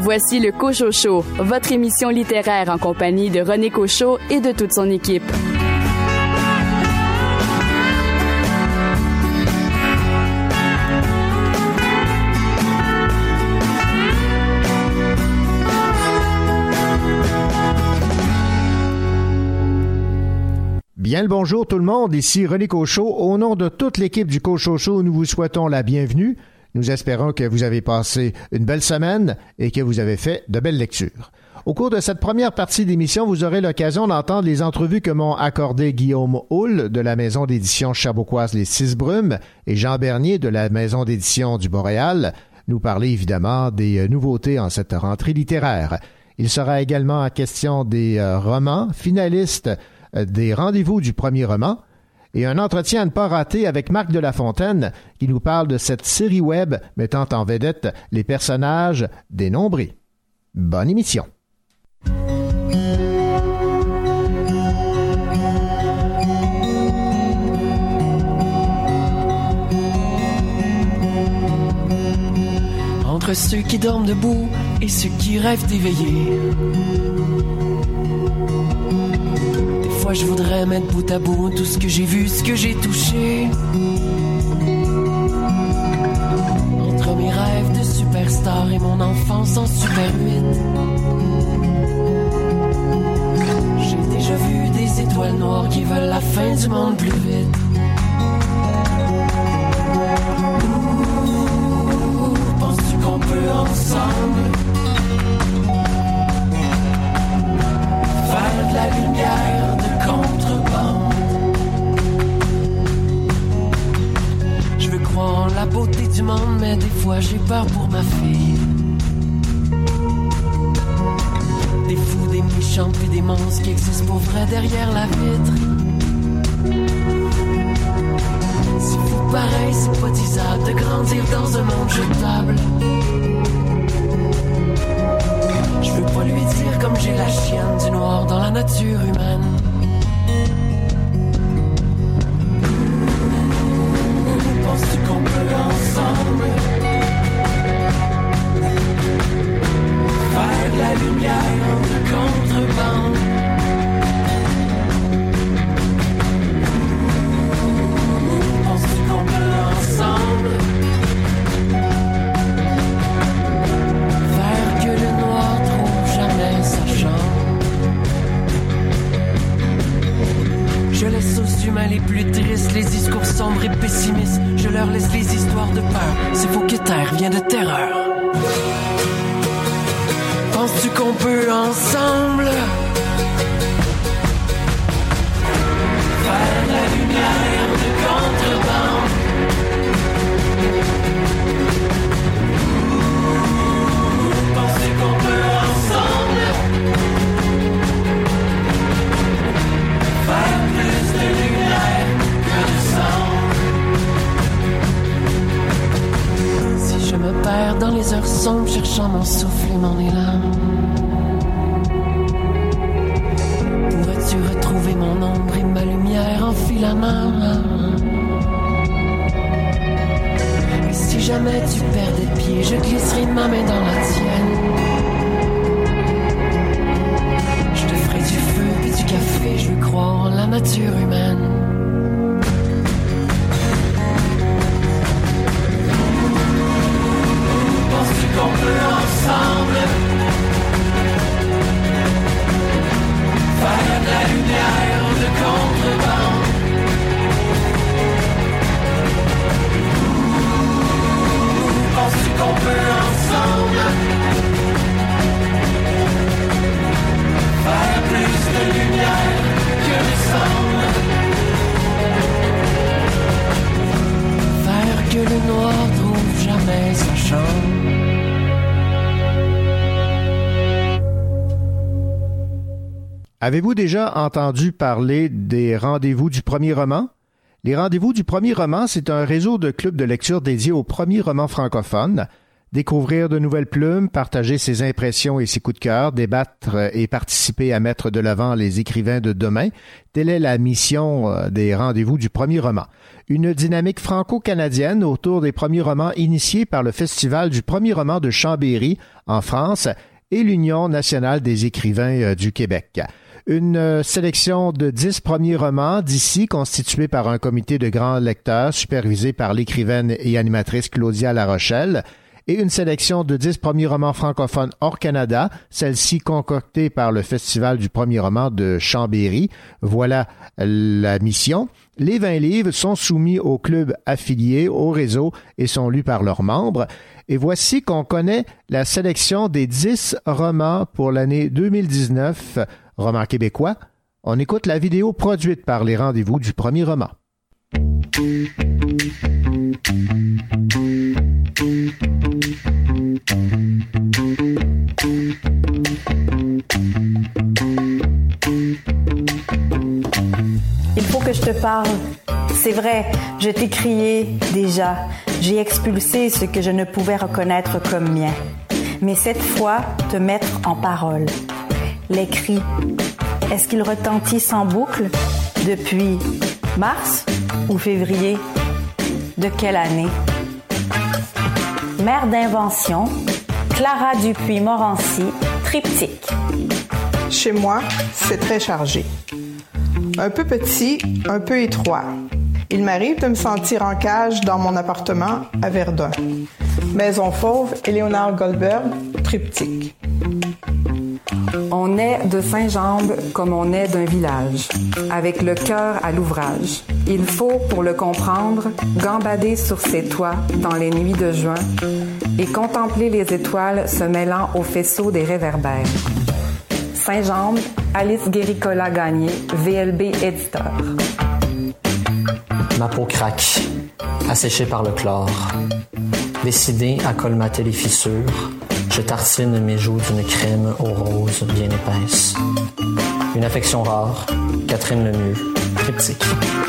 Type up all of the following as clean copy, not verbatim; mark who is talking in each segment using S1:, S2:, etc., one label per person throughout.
S1: Voici le Cochot Show, votre émission littéraire en compagnie de René Cochot et de toute son équipe.
S2: Bien le bonjour tout le monde, ici René Cochot. Au nom de toute l'équipe du Cochot Show, nous vous souhaitons la bienvenue. Nous espérons que vous avez passé une belle semaine et que vous avez fait de belles lectures. Au cours de cette première partie d'émission, vous aurez l'occasion d'entendre les entrevues que m'ont accordées Guillaume Houle de la maison d'édition Chabauquoise Les Six Brumes et Jean Bernier de la maison d'édition du Boréal nous parler évidemment des nouveautés en cette rentrée littéraire. Il sera également question des romans finalistes des rendez-vous du premier roman et un entretien à ne pas rater avec Marc de La Fontaine qui nous parle de cette série web mettant en vedette les personnages des Nombrés. Bonne émission.
S3: Entre ceux qui dorment debout et ceux qui rêvent d'éveiller, je voudrais mettre bout à bout tout ce que j'ai vu, ce que j'ai touché. Entre mes rêves de superstar et mon enfance en Super 8, j'ai déjà vu des étoiles noires qui veulent la fin du monde plus vite. Penses-tu qu'on peut ensemble faire de la lumière de contrebande? Je veux croire en la beauté du monde, mais des fois j'ai peur pour ma fille. Des fous, des méchants puis des monstres qui existent pour vrai derrière la vitre. C'est fou pareil, c'est pas disable de grandir dans un monde jetable. Je veux pas lui dire comme j'ai la chienne du noir dans la nature humaine. Penses-tu qu'on peut ensemble faire de la lumière de contrebande? Penses-tu qu'on peut ensemble faire que le noir trouve jamais sa chambre? Je laisse aux humains les plus tristes les discours sombres et pessimistes. Je leur laisse les histoires de peur. C'est faux que terre vient de terreur. Penses-tu qu'on peut ensemble faire de la lumière de contrebande? Penses-tu qu'on peut ensemble faire plus de lumière que de sang? Si je me perds dans les heures sombres, cherchant mon souffle et mon élan, pourrais-tu retrouver mon ombre et ma lumière en filament? Et si jamais tu perdais pied, je glisserai ma main dans la tienne. Je te ferai du feu et du café, je veux croire en la nature humaine. Penses-tu qu'on peut ensemble faire de la lumière de contrebande? Penses-tu qu'on peut ensemble faire plus de lumière que de sang? Faire que le noir trouve jamais sa chambre.
S2: Avez-vous déjà entendu parler des rendez-vous du premier roman? Les rendez-vous du premier roman, c'est un réseau de clubs de lecture dédiés au premier roman francophone. Découvrir de nouvelles plumes, partager ses impressions et ses coups de cœur, débattre et participer à mettre de l'avant les écrivains de demain, telle est la mission des rendez-vous du premier roman. Une dynamique franco-canadienne autour des premiers romans initiés par le Festival du premier roman de Chambéry en France et l'Union nationale des écrivains du Québec. Une sélection de 10 premiers romans d'ici constituée par un comité de grands lecteurs supervisé par l'écrivaine et animatrice Claudia Larochelle et une sélection de 10 premiers romans francophones hors Canada, celle-ci concoctée par le Festival du premier roman de Chambéry. Voilà la mission. Les 20 livres sont soumis aux clubs affiliés au réseau et sont lus par leurs membres. Et voici qu'on connaît la sélection des 10 romans pour l'année 2019, romans québécois. On écoute la vidéo produite par les rendez-vous du premier roman.
S4: Il faut que je te parle. C'est vrai, je t'ai crié déjà. J'ai expulsé ce que je ne pouvais reconnaître comme mien. Mais cette fois, te mettre en parole. Les cris, est-ce qu'ils retentissent en boucle depuis mars ou février? De quelle année? Mère d'invention, Clara Dupuis-Morancy, triptyque.
S5: Chez moi, c'est très chargé. Un peu petit, un peu étroit. Il m'arrive de me sentir en cage dans mon appartement à Verdun. Maison Fauve et Léonard Goldberg, triptyque.
S6: On est de Saint-Jambe comme on est d'un village, avec le cœur à l'ouvrage. Il faut, pour le comprendre, gambader sur ses toits dans les nuits de juin et contempler les étoiles se mêlant au faisceau des réverbères. Saint-Jambe, Alice Guéricola-Gagné, VLB éditeur.
S7: Ma peau craque, asséchée par le chlore. Décidé à colmater les fissures, je tartine mes joues d'une crème aux roses bien épaisse. Une affection rare, Catherine Lemieux, triptyque.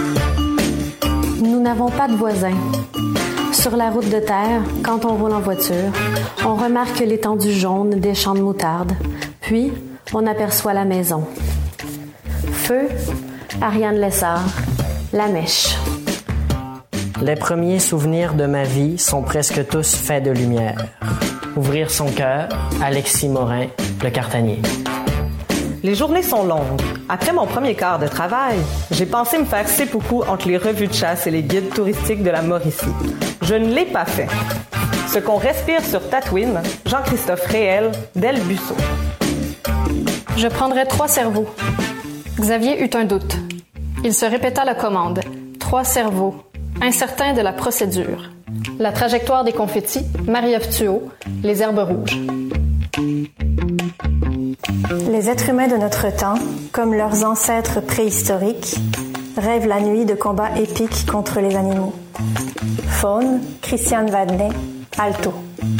S8: Nous n'avons pas de voisins. Sur la route de terre, quand on roule en voiture, on remarque l'étendue jaune des champs de moutarde. Puis, on aperçoit la maison. Feu, Ariane Lessard, La Mèche.
S7: Les premiers souvenirs de ma vie sont presque tous faits de lumière. Ouvrir son cœur, Alexis Morin, Le Cartanier.
S9: Les journées sont longues. Après mon premier quart de travail, j'ai pensé me faire seppuku entre les revues de chasse et les guides touristiques de la Mauricie. Je ne l'ai pas fait. Ce qu'on respire sur Tatooine, Jean-Christophe Réel, Del Busso.
S10: Je prendrais 3 cerveaux. Xavier eut un doute. Il se répéta la commande. 3 cerveaux, incertain de la procédure. La trajectoire des confettis, Marie-Ève Thuot, Les herbes rouges.
S8: Les êtres humains de notre temps, comme leurs ancêtres préhistoriques, rêvent la nuit de combats épiques contre les animaux. Faune, Christiane Vadnet, Alto.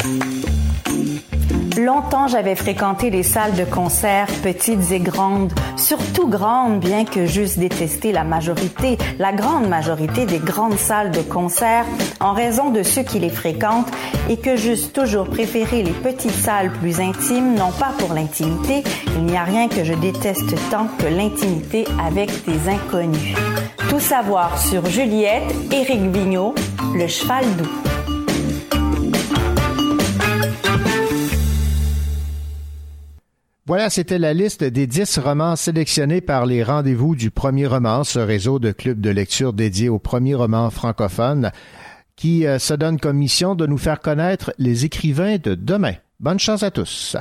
S4: Longtemps, j'avais fréquenté les salles de concert, petites et grandes, surtout grandes, bien que j'eusse détesté la grande majorité des grandes salles de concert en raison de ceux qui les fréquentent et que j'eusse toujours préféré les petites salles plus intimes, non pas pour l'intimité, il n'y a rien que je déteste tant que l'intimité avec des inconnus. Tout savoir sur Juliette, Éric Vigneault, Le cheval doux.
S2: Voilà, c'était la liste des 10 romans sélectionnés par les rendez-vous du premier roman, ce réseau de clubs de lecture dédié au premier roman francophone qui se donne comme mission de nous faire connaître les écrivains de demain. Bonne chance à tous.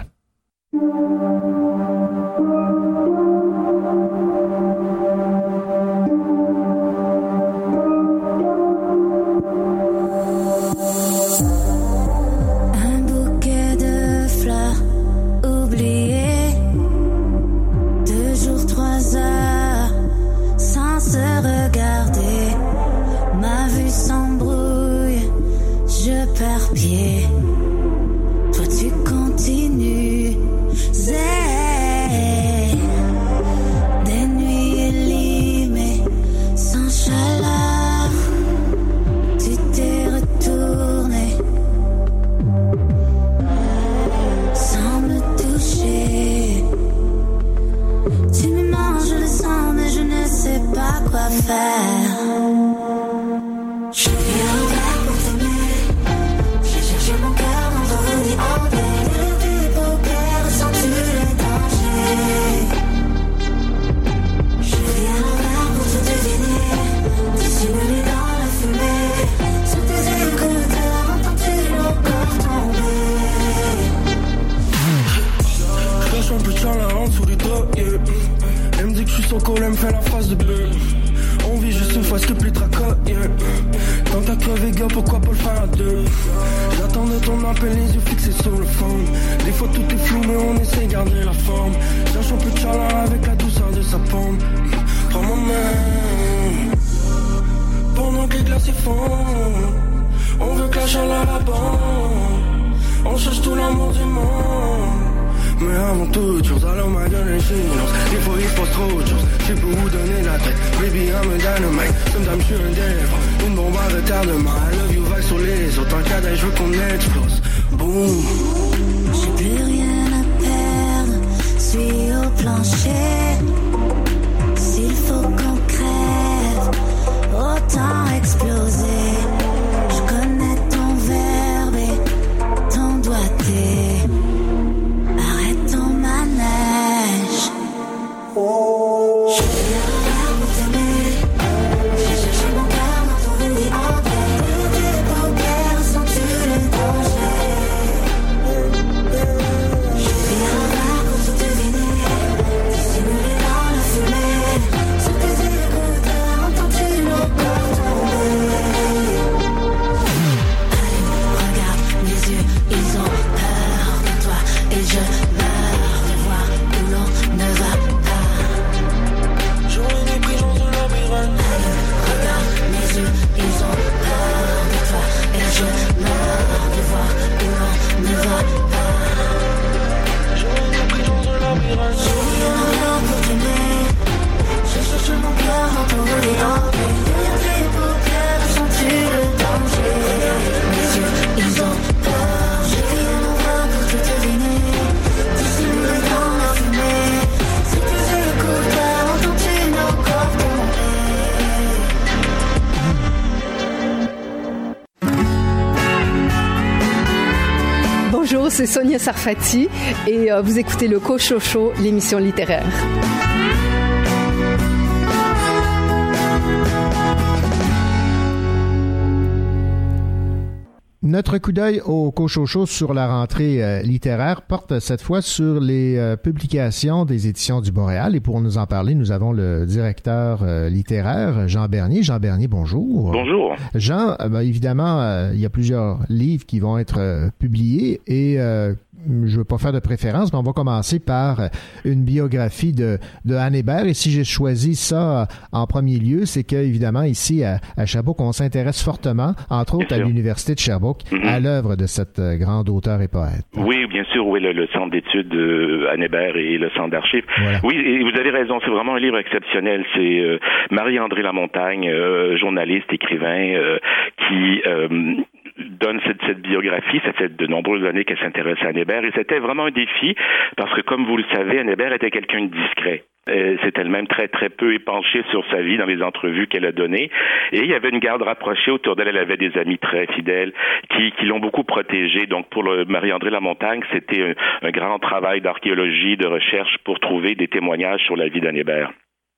S11: Perds pied, toi tu continues. Des nuits élimées, sans chaleur, tu t'es retourné. faire. Je vis un verre pour t'aimer. J'ai cherché mon cœur dans ton lit en délire des paupières. Ressens-tu le danger? Je vis un verre pour te deviner. Dissimulé dans la fumée. Sur tes écouteurs, entends-tu nos corps tomber?
S12: Je lâche un peu de chaleur sous les doigts, yeah. Elle me dit que je suis son col, elle me fait la face de bleu. On vit juste une fois, skip les tracas, yeah. Tant qu'à crever, gars, pourquoi pas le faire à deux? J'attendais ton appel, les yeux fixés sur le fond. Des fois tout est flou, mais on essaie de garder la forme. Cherche un peu de chaleur avec la douceur de sa paume. Prends ma main pendant que les glaciers fondent. On veut que la chaleur abonde. On cherche tout l'amour du monde. Mais avant toute chose, alors ma gueule est silence. Des fois il se passe trop de choses. Je sais pas où donner la tête. Baby, I'm a dynamite. Sometimes je suis un défend. Une bombe à retardement. I love you vague sur les autres. En cas je veux qu'on explose. Boom.
S11: J'ai plus rien à perdre. Suis au plancher. S'il faut qu'on crève, autant exploser. Je connais ton verbe et ton doigté. Je vis un verre pour t'aimer. J'ai cherché mon cœur dans ton lit en délire des paupières. Ressens-tu le danger? Je vis un verre pour te deviner. Dissimulé dans la fumée. Sur tes écouteurs, entends-tu nos corps tomber? Allez, regarde mes yeux, ils ont peur de toi. Et je meurs de voir où l'on ne va pas. Regarde mes yeux, ils ont peur de toi. Et je meurs de voir où l'on ne va pas. J'ai un verre pour t'aimer. J'ai cherché mon cœur dans ton lit. Derrière tes paupières, ressens-tu le danger? Mes yeux, ils ont peur. J'ai un verre pour te deviner. Dissimulé dans la fumée. Si tes écouteurs, entends-tu nos corps tomber?
S13: Bonjour, c'est Sonia Sarfati et vous écoutez le Cochocho, l'émission littéraire.
S2: Notre coup d'œil au Cochocho sur la rentrée littéraire porte cette fois sur les publications des éditions du Boréal. Et pour nous en parler, nous avons le directeur littéraire, Jean Bernier. Jean Bernier, bonjour.
S14: Bonjour.
S2: Jean, évidemment, il y a plusieurs livres qui vont être publiés et je veux pas faire de préférence, mais on va commencer par une biographie de Anne Hébert. Et si j'ai choisi ça en premier lieu, c'est que évidemment ici à Sherbrooke, on s'intéresse fortement, entre autres à l'université de Sherbrooke, à l'œuvre de cette grande auteure et poète.
S14: Oui, bien sûr, oui, le centre d'études Anne Hébert et le centre d'archives. Voilà. Oui, et vous avez raison, c'est vraiment un livre exceptionnel. C'est Marie-André Lamontagne, journaliste, écrivain, qui donne cette biographie. Ça fait de nombreuses années qu'elle s'intéresse à Anne Hébert et c'était vraiment un défi parce que, comme vous le savez, Anne Hébert était quelqu'un de discret. C'est elle-même très très peu épanchée sur sa vie dans les entrevues qu'elle a données. Et il y avait une garde rapprochée autour d'elle. Elle avait des amis très fidèles qui l'ont beaucoup protégée. Donc pour Marie-André Lamontagne, c'était un grand travail d'archéologie, de recherche pour trouver des témoignages sur la vie d'Anne Hébert.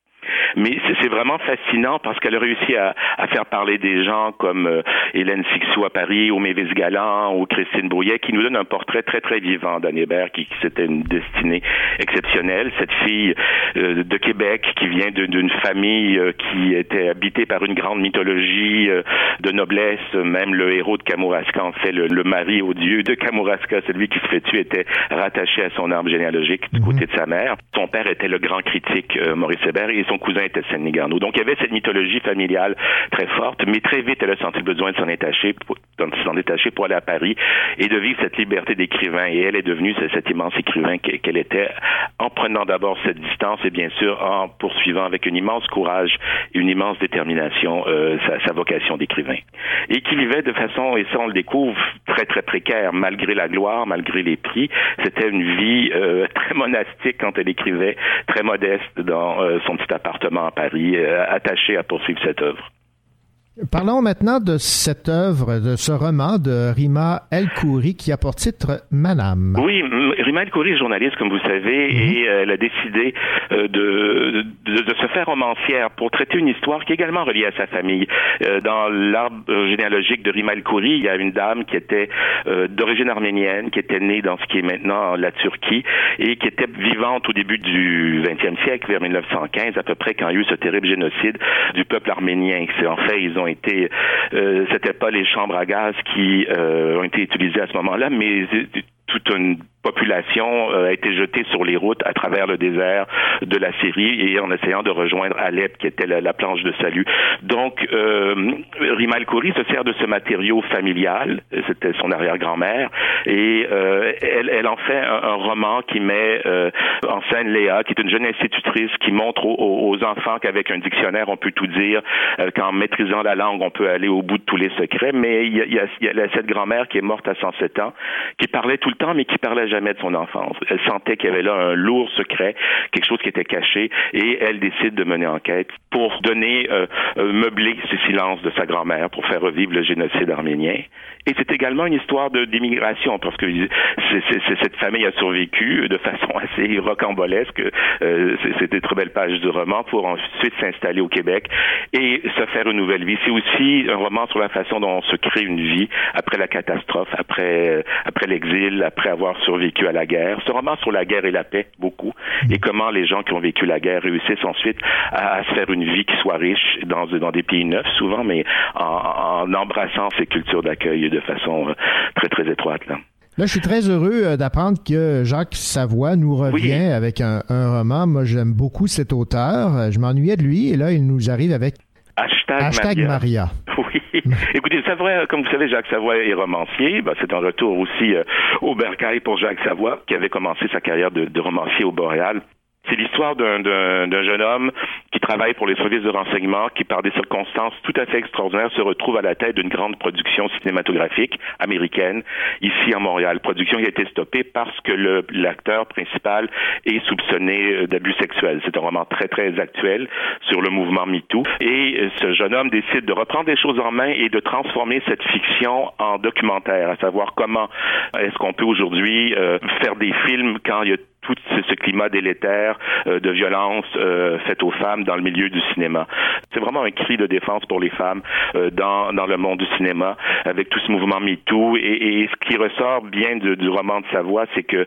S14: Mais c'est vraiment fascinant parce qu'elle a réussi à faire parler des gens comme Hélène Sixou à Paris, ou Mavis Galland, ou Christine Brouillet, qui nous donnent un portrait très très vivant d'Anne Hébert, qui c'était une destinée exceptionnelle. Cette fille de Québec qui vient d'une famille qui était habitée par une grande mythologie de noblesse. Même le héros de Kamouraska, en fait, le mari odieux de Kamouraska, celui qui se fait tuer, était rattaché à son arbre généalogique du côté de sa mère. Son père était le grand critique Maurice Hébert et son cousin était Séné Garneau. Donc il y avait cette mythologie familiale très forte, mais très vite elle a senti le besoin de s'en détacher pour aller à Paris et de vivre cette liberté d'écrivain. Et elle est devenue cet immense écrivain qu'elle était, en prenant d'abord cette distance et bien sûr en poursuivant avec un immense courage, une immense détermination sa vocation d'écrivain. Et qui vivait de façon, et ça on le découvre, très très précaire, malgré la gloire, malgré les prix. C'était une vie très monastique quand elle écrivait, très modeste dans son petit appartement appartement à Paris, attaché à poursuivre cette œuvre.
S2: Parlons maintenant de cette œuvre, de ce roman de Rima El Khoury qui a pour titre Madame.
S14: Oui, Rima El Khoury est journaliste, comme vous savez, et elle a décidé de se faire romancière pour traiter une histoire qui est également reliée à sa famille. Dans l'arbre généalogique de Rima El Khoury, il y a une dame qui était d'origine arménienne, qui était née dans ce qui est maintenant la Turquie et qui était vivante au début du XXe siècle, vers 1915 à peu près, quand il y a eu ce terrible génocide du peuple arménien. En fait, ils ont été, c'était pas les chambres à gaz qui ont été utilisées à ce moment-là, mais toute une population a été jetée sur les routes à travers le désert de la Syrie et en essayant de rejoindre Alep, qui était la planche de salut. Donc, Rima El Khoury se sert de ce matériau familial, c'était son arrière-grand-mère, et elle en fait un roman qui met en scène Léa, qui est une jeune institutrice qui montre aux enfants qu'avec un dictionnaire, on peut tout dire, qu'en maîtrisant la langue, on peut aller au bout de tous les secrets, mais il y a cette grand-mère qui est morte à 107 ans, qui parlait tout le temps, mais qui parlait jamais de son enfance. Elle sentait qu'il y avait là un lourd secret, quelque chose qui était caché, et elle décide de mener enquête pour donner, meubler ces silences de sa grand-mère, pour faire revivre le génocide arménien. Et c'est également une histoire d'immigration, parce que cette famille a survécu de façon assez rocambolesque. C'est des très belles pages du roman pour ensuite s'installer au Québec et se faire une nouvelle vie. C'est aussi un roman sur la façon dont on se crée une vie après la catastrophe, après l'exil, après avoir survécu à la guerre. Ce roman sur la guerre et la paix, beaucoup, et comment les gens qui ont vécu la guerre réussissent ensuite à se faire une vie qui soit riche dans des pays neufs souvent, mais en embrassant ces cultures d'accueil de façon très, très étroite. Là,
S2: je suis très heureux d'apprendre que Jacques Savoie nous revient avec un roman. Moi, j'aime beaucoup cet auteur. Je m'ennuyais de lui et là, il nous arrive avec Hashtag Maria.
S14: Oui. Écoutez, Savoie, comme vous savez, Jacques Savoie est romancier. C'est un retour aussi au bercail pour Jacques Savoie, qui avait commencé sa carrière de romancier au Boréal. C'est l'histoire d'un jeune homme qui travaille pour les services de renseignement, qui par des circonstances tout à fait extraordinaires se retrouve à la tête d'une grande production cinématographique américaine, ici à Montréal. Production qui a été stoppée parce que l'acteur principal est soupçonné d'abus sexuels. C'est un roman très, très actuel sur le mouvement MeToo. Et ce jeune homme décide de reprendre les choses en main et de transformer cette fiction en documentaire, à savoir comment est-ce qu'on peut aujourd'hui faire des films quand il y a tout ce climat délétère de violence faite aux femmes dans le milieu du cinéma. C'est vraiment un cri de défense pour les femmes dans le monde du cinéma, avec tout ce mouvement MeToo. Et ce qui ressort bien du roman de Savoie, c'est que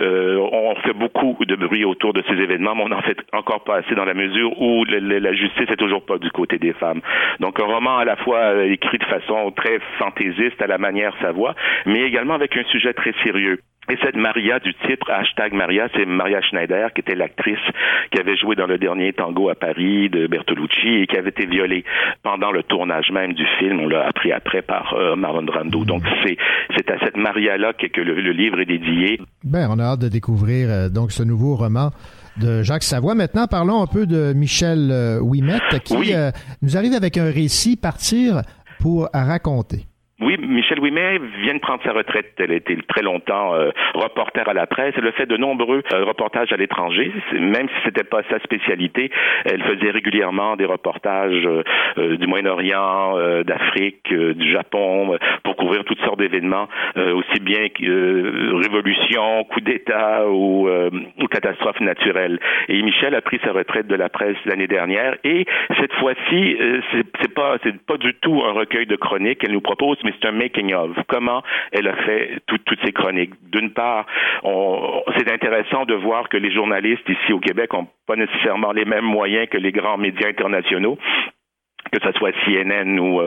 S14: on fait beaucoup de bruit autour de ces événements, mais on n'en fait encore pas assez dans la mesure où la justice est toujours pas du côté des femmes. Donc un roman à la fois écrit de façon très fantaisiste à la manière Savoie, mais également avec un sujet très sérieux. Et cette Maria du titre, Hashtag Maria, c'est Maria Schneider, qui était l'actrice qui avait joué dans le dernier Tango à Paris de Bertolucci et qui avait été violée pendant le tournage même du film. On l'a appris après par Marlon Brando. Donc c'est à cette Maria-là que le livre est dédié.
S2: On a hâte de découvrir donc ce nouveau roman de Jacques Savoie. Maintenant, parlons un peu de Michel Ouimet, qui nous arrive avec un récit, Partir pour raconter.
S14: Oui, Michel Ouimet vient de prendre sa retraite. Elle a été très longtemps reporter à la presse. Elle a fait de nombreux reportages à l'étranger, même si c'était pas sa spécialité. Elle faisait régulièrement des reportages du Moyen-Orient, d'Afrique, du Japon, pour couvrir toutes sortes d'événements, aussi bien révolutions, coups d'État ou catastrophes naturelles. Et Michel a pris sa retraite de la presse l'année dernière. Et cette fois-ci, c'est pas du tout un recueil de chroniques qu'elle nous propose, mais c'est un making of. Comment elle a fait toutes ces chroniques. D'une part, c'est intéressant de voir que les journalistes ici au Québec n'ont pas nécessairement les mêmes moyens que les grands médias internationaux, que ce soit CNN ou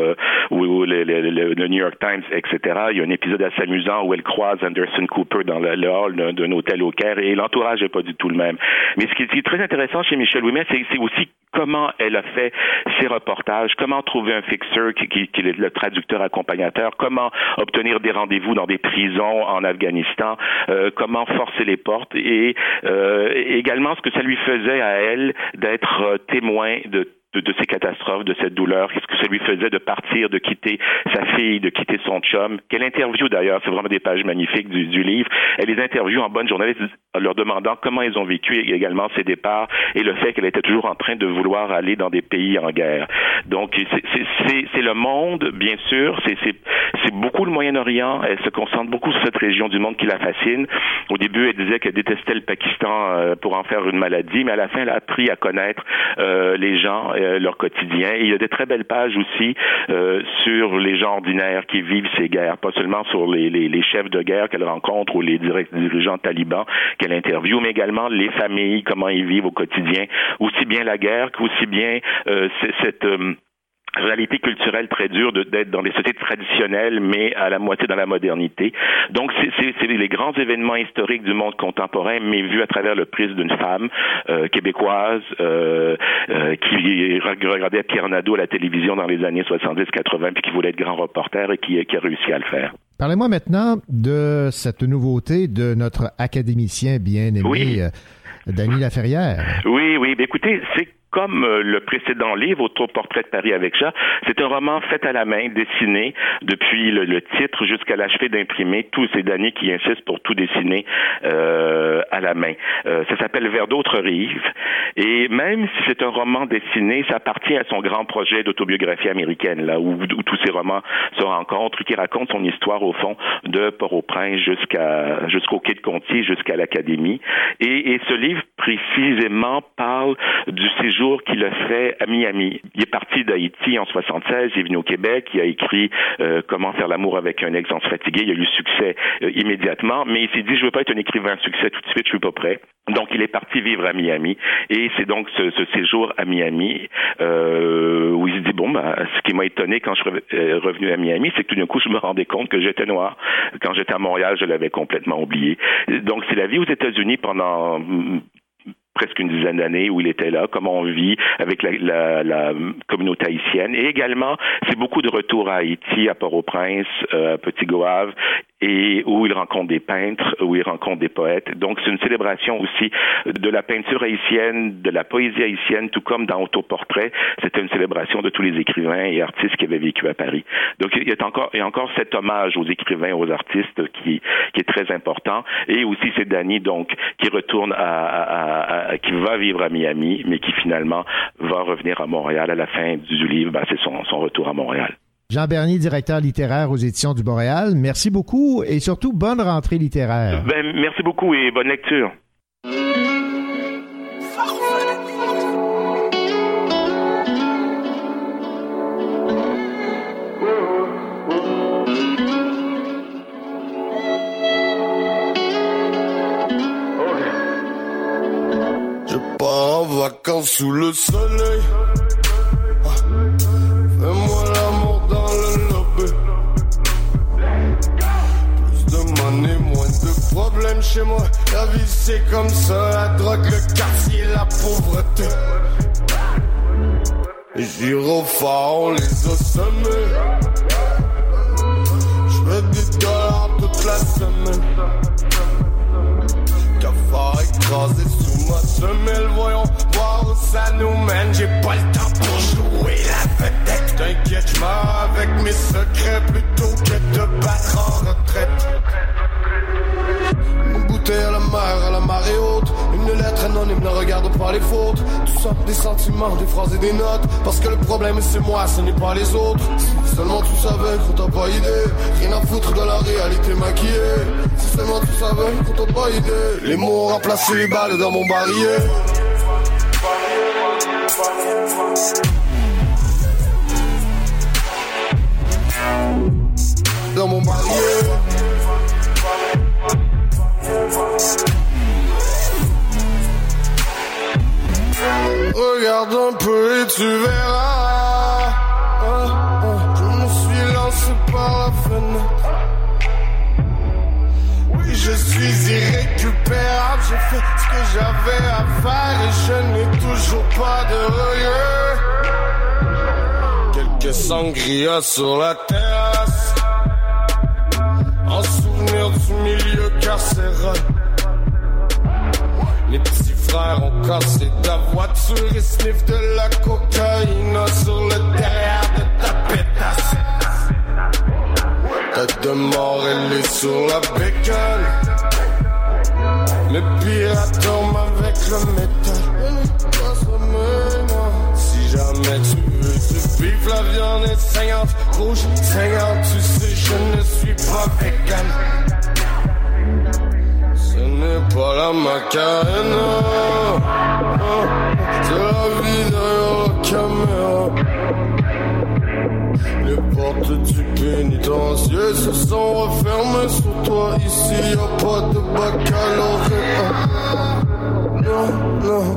S14: le New York Times, etc. Il y a un épisode assez amusant où elle croise Anderson Cooper dans le hall d'un hôtel au Caire et l'entourage n'est pas du tout le même. Mais ce qui est très intéressant chez Michel Ouimet, c'est aussi comment elle a fait ses reportages, comment trouver un fixeur qui est le traducteur accompagnateur, comment obtenir des rendez-vous dans des prisons en Afghanistan, comment forcer les portes et également ce que ça lui faisait à elle d'être témoin de ces catastrophes, de cette douleur, ce que ça lui faisait de partir, de quitter sa fille, de quitter son chum. Quelle interview d'ailleurs, c'est vraiment des pages magnifiques du livre. Elle les interviewe en bonne journaliste, en leur demandant comment ils ont vécu également ces départs et le fait qu'elle était toujours en train de vouloir aller dans des pays en guerre. Donc c'est le monde, bien sûr, c'est beaucoup le Moyen-Orient. Elle se concentre beaucoup sur cette région du monde qui la fascine. Au début, elle disait qu'elle détestait le Pakistan pour en faire une maladie, mais à la fin, elle a appris à connaître les gens, leur quotidien. Et il y a des très belles pages aussi sur les gens ordinaires qui vivent ces guerres, pas seulement sur les chefs de guerre qu'elle rencontre ou les dirigeants talibans qu'elle interviewe, mais également les familles, comment ils vivent au quotidien, aussi bien la guerre qu'aussi bien cette réalité culturelle très dure d'être dans des sociétés traditionnelles, mais à la moitié dans la modernité. Donc, c'est les grands événements historiques du monde contemporain, mais vus à travers le prisme d'une femme québécoise qui regardait Pierre Nadeau à la télévision dans les années 70-80, puis qui voulait être grand reporter et qui a réussi à le faire.
S2: Parlez-moi maintenant de cette nouveauté de notre académicien bien-aimé, Dany Laferrière.
S14: Oui. Ben, écoutez, c'est comme le précédent livre, Autoportrait de Paris avec chat, c'est un roman fait à la main, dessiné depuis le titre jusqu'à l'achevé d'imprimer. C'est Dany qui insiste pour tout dessiner à la main. Ça s'appelle Vers d'autres rives. Et même si c'est un roman dessiné, ça appartient à son grand projet d'autobiographie américaine, là où tous ces romans se rencontrent, qui racontent son histoire au fond de Port-au-Prince jusqu'au quai de Conty, jusqu'à l'Académie. Et ce livre précisément parle du séjour qu'il a fait à Miami. Il est parti d'Haïti en 76, il est venu au Québec, il a écrit Comment faire l'amour avec un ex en se fatiguer, il a eu succès immédiatement, mais il s'est dit, je veux pas être un écrivain à succès tout de suite, je suis pas prêt. Donc, il est parti vivre à Miami, et c'est donc ce séjour à Miami où il se dit, ce qui m'a étonné quand je suis revenu à Miami, c'est que tout d'un coup, je me rendais compte que j'étais noir. Quand j'étais à Montréal, je l'avais complètement oublié. Donc, c'est la vie aux États-Unis pendant presque une dizaine d'années où il était là, comment on vit avec la communauté haïtienne. Et également, c'est beaucoup de retours à Haïti, à Port-au-Prince, à Petit-Goâve, et où il rencontre des peintres, où il rencontre des poètes. Donc, c'est une célébration aussi de la peinture haïtienne, de la poésie haïtienne, tout comme dans Autoportrait, c'était une célébration de tous les écrivains et artistes qui avaient vécu à Paris. Donc, il y a encore cet hommage aux écrivains, aux artistes qui est très important. Et aussi, c'est Dany, donc, qui retourne qui va vivre à Miami, mais qui finalement va revenir à Montréal à la fin du livre. C'est son retour à Montréal.
S2: Jean Bernier, directeur littéraire aux Éditions du Boréal, merci beaucoup et surtout bonne rentrée littéraire.
S14: Merci beaucoup et bonne lecture.
S15: Je pars en vacances sous le soleil. Fais-moi l'amour dans le lobby. Plus de money, moins de problèmes chez moi. La vie c'est comme ça, la drogue, le quartier, la pauvreté. Gyrophare, on les a semés. J'fais des dollars toute la semaine. Cafard écrasé sous ma semelle, voyons voir où ça nous mène. J'ai pas le temps pour jouer la vedette. T'inquiète, j'm'en avec mes secrets plutôt que de battre en retraite. Une bouteille à la mer, à la marée haute. Une lettre anonyme, ne regarde pas les fautes. Tout ça, des sentiments, des phrases et des notes. Parce que le problème c'est moi, ce n'est pas les autres. Si seulement tu savais qu'on t'a pas idée. Rien à foutre de la réalité maquillée. Si seulement tu savais qu'on t'a pas idée. Les mots ont remplacé les balles dans mon barillet. Dans mon barillet. Regarde un peu et tu verras. Je me suis lancé par la fenêtre. Oui, je suis irrécupérable. J'ai fait ce que j'avais à faire et je n'ai toujours pas de regret. Quelques sangria sur la terrasse, en souvenir du milieu carcéral. Les petits frères ont cassé ta voiture et sniff de la cocaïne. de mort, elle est sur la bécane. Le pirate dorme avec le métal. Si jamais tu veux du bif, la viande est 50, rouge 50, tu sais je ne suis pas vegan. Ce n'est pas la Macarena, c'est la vie derrière la caméra. Les portes du pénitencier se sont refermées sur toi. Ici y'a pas de baccalauréat. Non, non.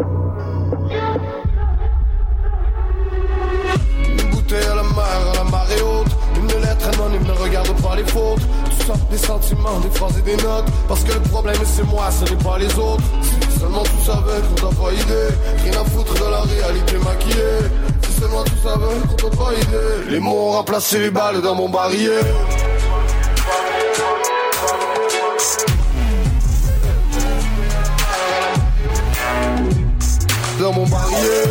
S15: Une bouteille à la mer, à la marée haute. Une lettre anonyme, ne regarde pas les fautes. Tu sens des sentiments, des phrases et des notes. Parce que le problème c'est moi, ce n'est pas les autres. Si seulement tu savais qu'on t'a pas idée. Rien à foutre de la réalité maquillée. Si seulement tu savais qu'on t'a pas idée. Les mots ont remplacé les balles dans mon barillet. Dans mon barillet.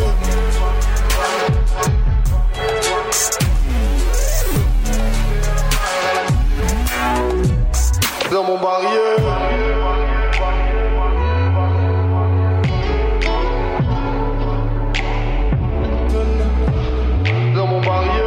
S15: Dans mon barillet. Dans mon barillet.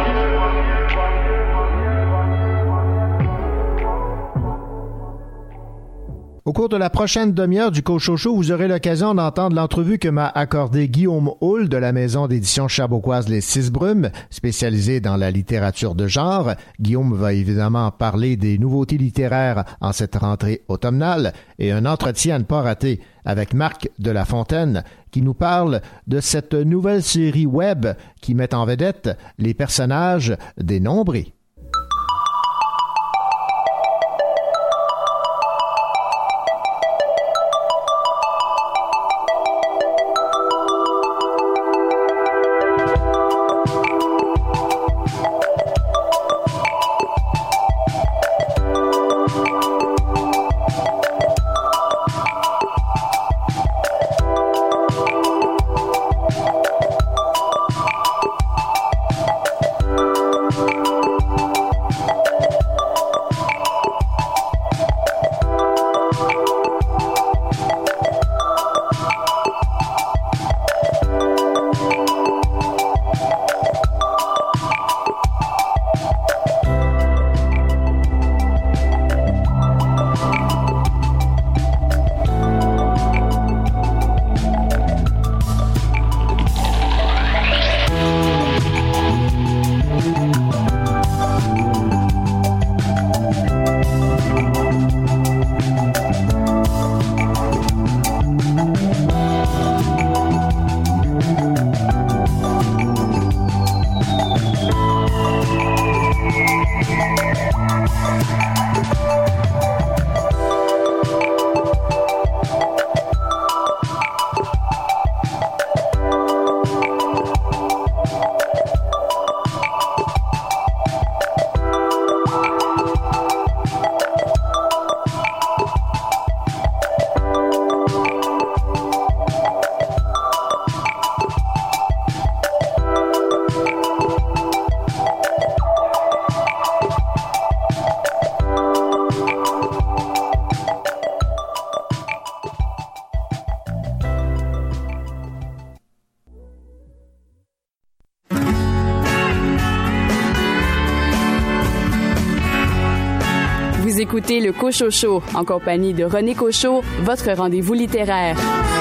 S2: Au cours de la prochaine demi-heure du Cochocho, vous aurez l'occasion d'entendre l'entrevue que m'a accordée Guillaume Houle de la maison d'édition chabauquoise Les Six Brumes, spécialisée dans la littérature de genre. Guillaume va évidemment parler des nouveautés littéraires en cette rentrée automnale et un entretien à ne pas rater avec Marc de La Fontaine qui nous parle de cette nouvelle série web qui met en vedette les personnages des Nombrés.
S1: Vous écoutez le Cochocho en compagnie de René Cochot, votre rendez-vous littéraire.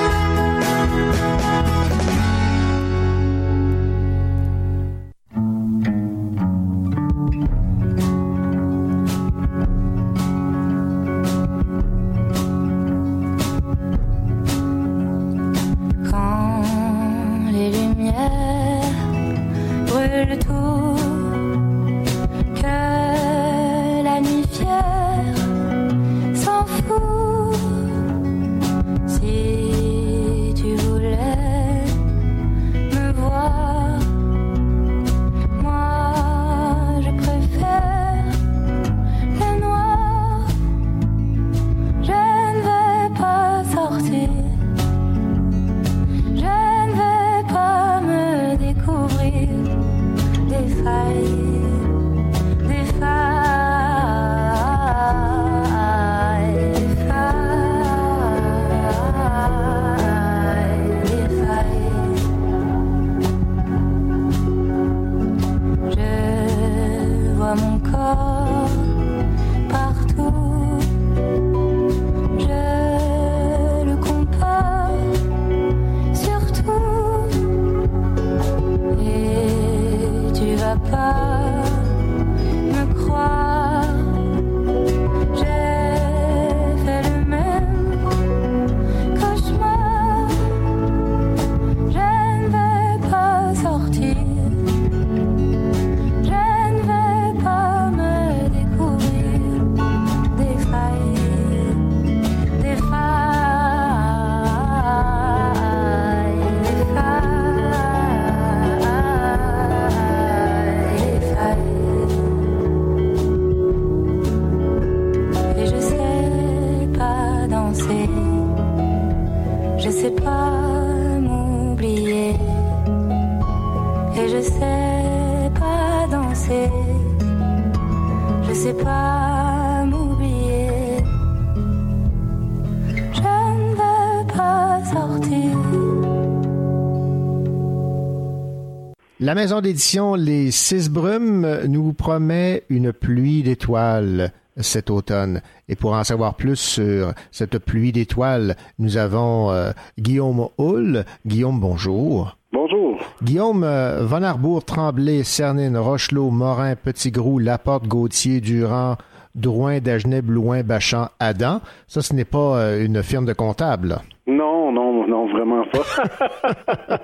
S11: Quand les lumières brûlent tout, que la nuit fière s'en fout, si vas pas me croire. J'ai fait le même cauchemar. Je ne vais pas sortir. Je ne vais pas me découvrir des failles, des failles, des failles. Et je sais pas danser, je sais pas m'oublier. Et je sais pas danser, je sais pas m'oublier. Je ne veux pas sortir.
S2: La maison d'édition Les Six Brumes nous promet une pluie d'étoiles cet automne. Et pour en savoir plus sur cette pluie d'étoiles, nous avons Guillaume Hull. Guillaume, bonjour.
S16: Bonjour.
S2: Guillaume, Von Arbour, Tremblay, Cernine, Rochelot, Morin, Petitgrou, Laporte, Gauthier, Durand, Drouin, Dagenet, Blouin, Bachan, Adam. Ça, ce n'est pas une firme de comptables.
S16: Non, vraiment pas.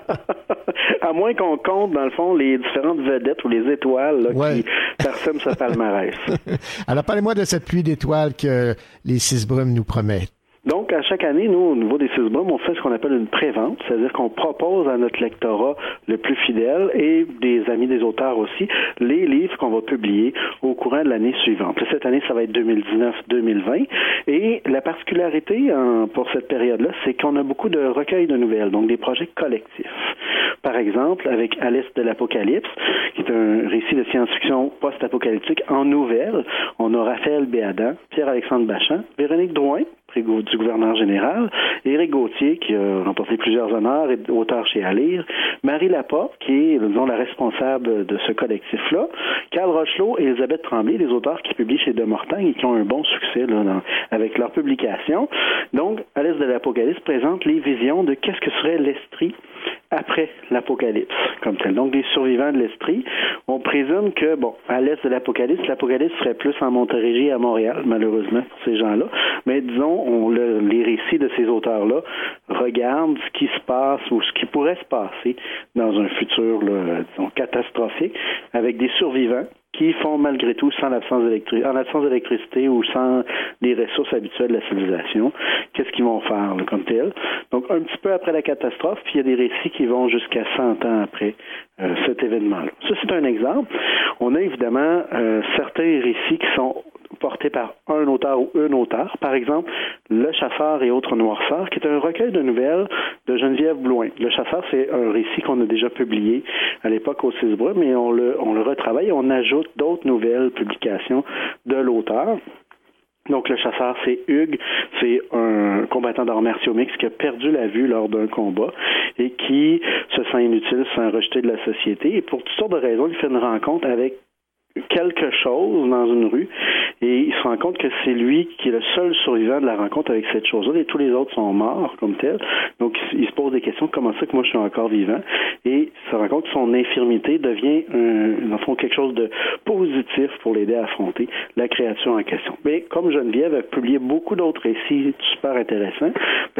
S16: À moins qu'on compte, dans le fond, les différentes vedettes ou les étoiles là, qui parsèment ce palmarès.
S2: Alors, parlez-moi de cette pluie d'étoiles que les Six Brumes nous promettent.
S16: Donc, à chaque année, nous, au niveau des Six Brumes, on fait ce qu'on appelle une prévente, c'est-à-dire qu'on propose à notre lectorat le plus fidèle et des amis des auteurs aussi, les livres qu'on va publier au courant de l'année suivante. Cette année, ça va être 2019-2020. Et la particularité pour cette période-là, c'est qu'on a beaucoup de recueils de nouvelles, donc des projets collectifs. Par exemple, avec À l'Est de l'Apocalypse, qui est un récit de science-fiction post-apocalyptique en nouvelles, on a Raphaël Béadan, Pierre-Alexandre Bachan, Véronique Drouin, prix du gouverneur général, Éric Gauthier, qui a remporté plusieurs honneurs et auteur chez À lire, Marie Laporte, qui est, disons, la responsable de ce collectif-là, Carl Rochelot et Elisabeth Tremblay, des auteurs qui publient chez De Mortagne et qui ont un bon succès là, avec leur publication. Donc, À l'Est de l'Apocalypse présente les visions de qu'est-ce que serait l'Estrie après l'Apocalypse, comme tel. Donc, des survivants de l'Estrie. On présume que, à l'Est de l'Apocalypse serait plus en Montérégie et à Montréal, malheureusement, pour ces gens-là. Mais disons, les récits de ces auteurs-là regardent ce qui se passe ou ce qui pourrait se passer dans un futur, là, disons, catastrophique, avec des survivants qui font malgré tout en absence d'électricité ou sans les ressources habituelles de la civilisation. Qu'est-ce qu'ils vont faire là, comme tel? Donc, un petit peu après la catastrophe, puis il y a des récits qui vont jusqu'à 100 ans après cet événement-là. Ça, c'est un exemple. On a évidemment certains récits qui sont porté par un auteur ou une auteure. Par exemple, Le Chasseur et autres noirceurs, qui est un recueil de nouvelles de Geneviève Blouin. Le Chasseur, c'est un récit qu'on a déjà publié à l'époque au Six Brumes, mais on le retravaille et on ajoute d'autres nouvelles publications de l'auteur. Donc, Le Chasseur, c'est Hugues, c'est un combattant d'arts martiaux mixtes qui a perdu la vue lors d'un combat et qui se sent inutile, se sent rejeté de la société. Et pour toutes sortes de raisons, il fait une rencontre avec quelque chose dans une rue et il se rend compte que c'est lui qui est le seul survivant de la rencontre avec cette chose-là et tous les autres sont morts comme tel. Donc il se pose des questions, comment ça que moi je suis encore vivant, et il se rend compte que son infirmité devient dans le fond quelque chose de positif pour l'aider à affronter la créature en question. Mais comme Geneviève a publié beaucoup d'autres récits super intéressants,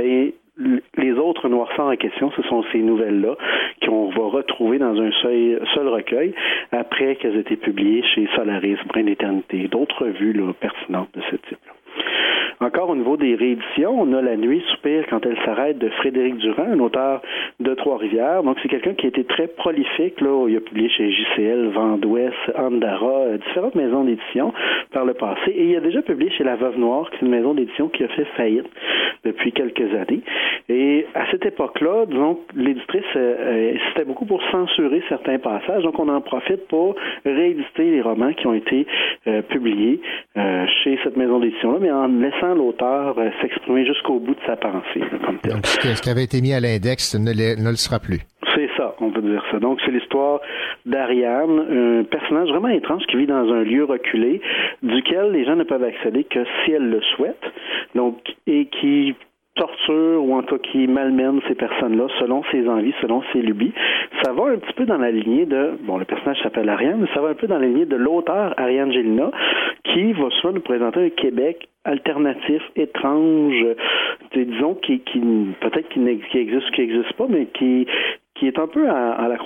S16: les autres noirceurs en question, ce sont ces nouvelles-là qu'on va retrouver dans un seul recueil après qu'elles aient été publiées chez Solaris, Brin d'Éternité, d'autres revues là, pertinentes de ce type-là. Encore au niveau des rééditions, on a La Nuit soupire quand elle s'arrête de Frédéric Durand, un auteur de Trois-Rivières. Donc, c'est quelqu'un qui a été très prolifique. Là, il a publié chez JCL, Vent d'Ouest, Andara, différentes maisons d'édition par le passé. Et il a déjà publié chez La Veuve Noire, qui est une maison d'édition qui a fait faillite depuis quelques années. Et à cette époque-là, disons, l'éditrice insistait beaucoup pour censurer certains passages. Donc, on en profite pour rééditer les romans qui ont été publiés chez cette maison d'édition-là, mais en laissant l'auteur s'exprimer jusqu'au bout de sa pensée. Comme tel.
S2: Donc, ce qui avait été mis à l'index ne le sera plus.
S16: C'est ça, on peut dire ça. Donc, c'est l'histoire d'Ariane, un personnage vraiment étrange qui vit dans un lieu reculé, duquel les gens ne peuvent accéder que si elles le souhaitent. Donc, et qui torture ou en tout cas qui malmène ces personnes-là selon ses envies, selon ses lubies. Ça va un petit peu dans la lignée de, le personnage s'appelle Ariane, mais ça va un peu dans la lignée de l'auteur Ariane Gélina, qui va souvent nous présenter un Québec alternatif, étrange, disons, qui peut-être qui existe ou qui n'existe pas, mais qui est un peu à la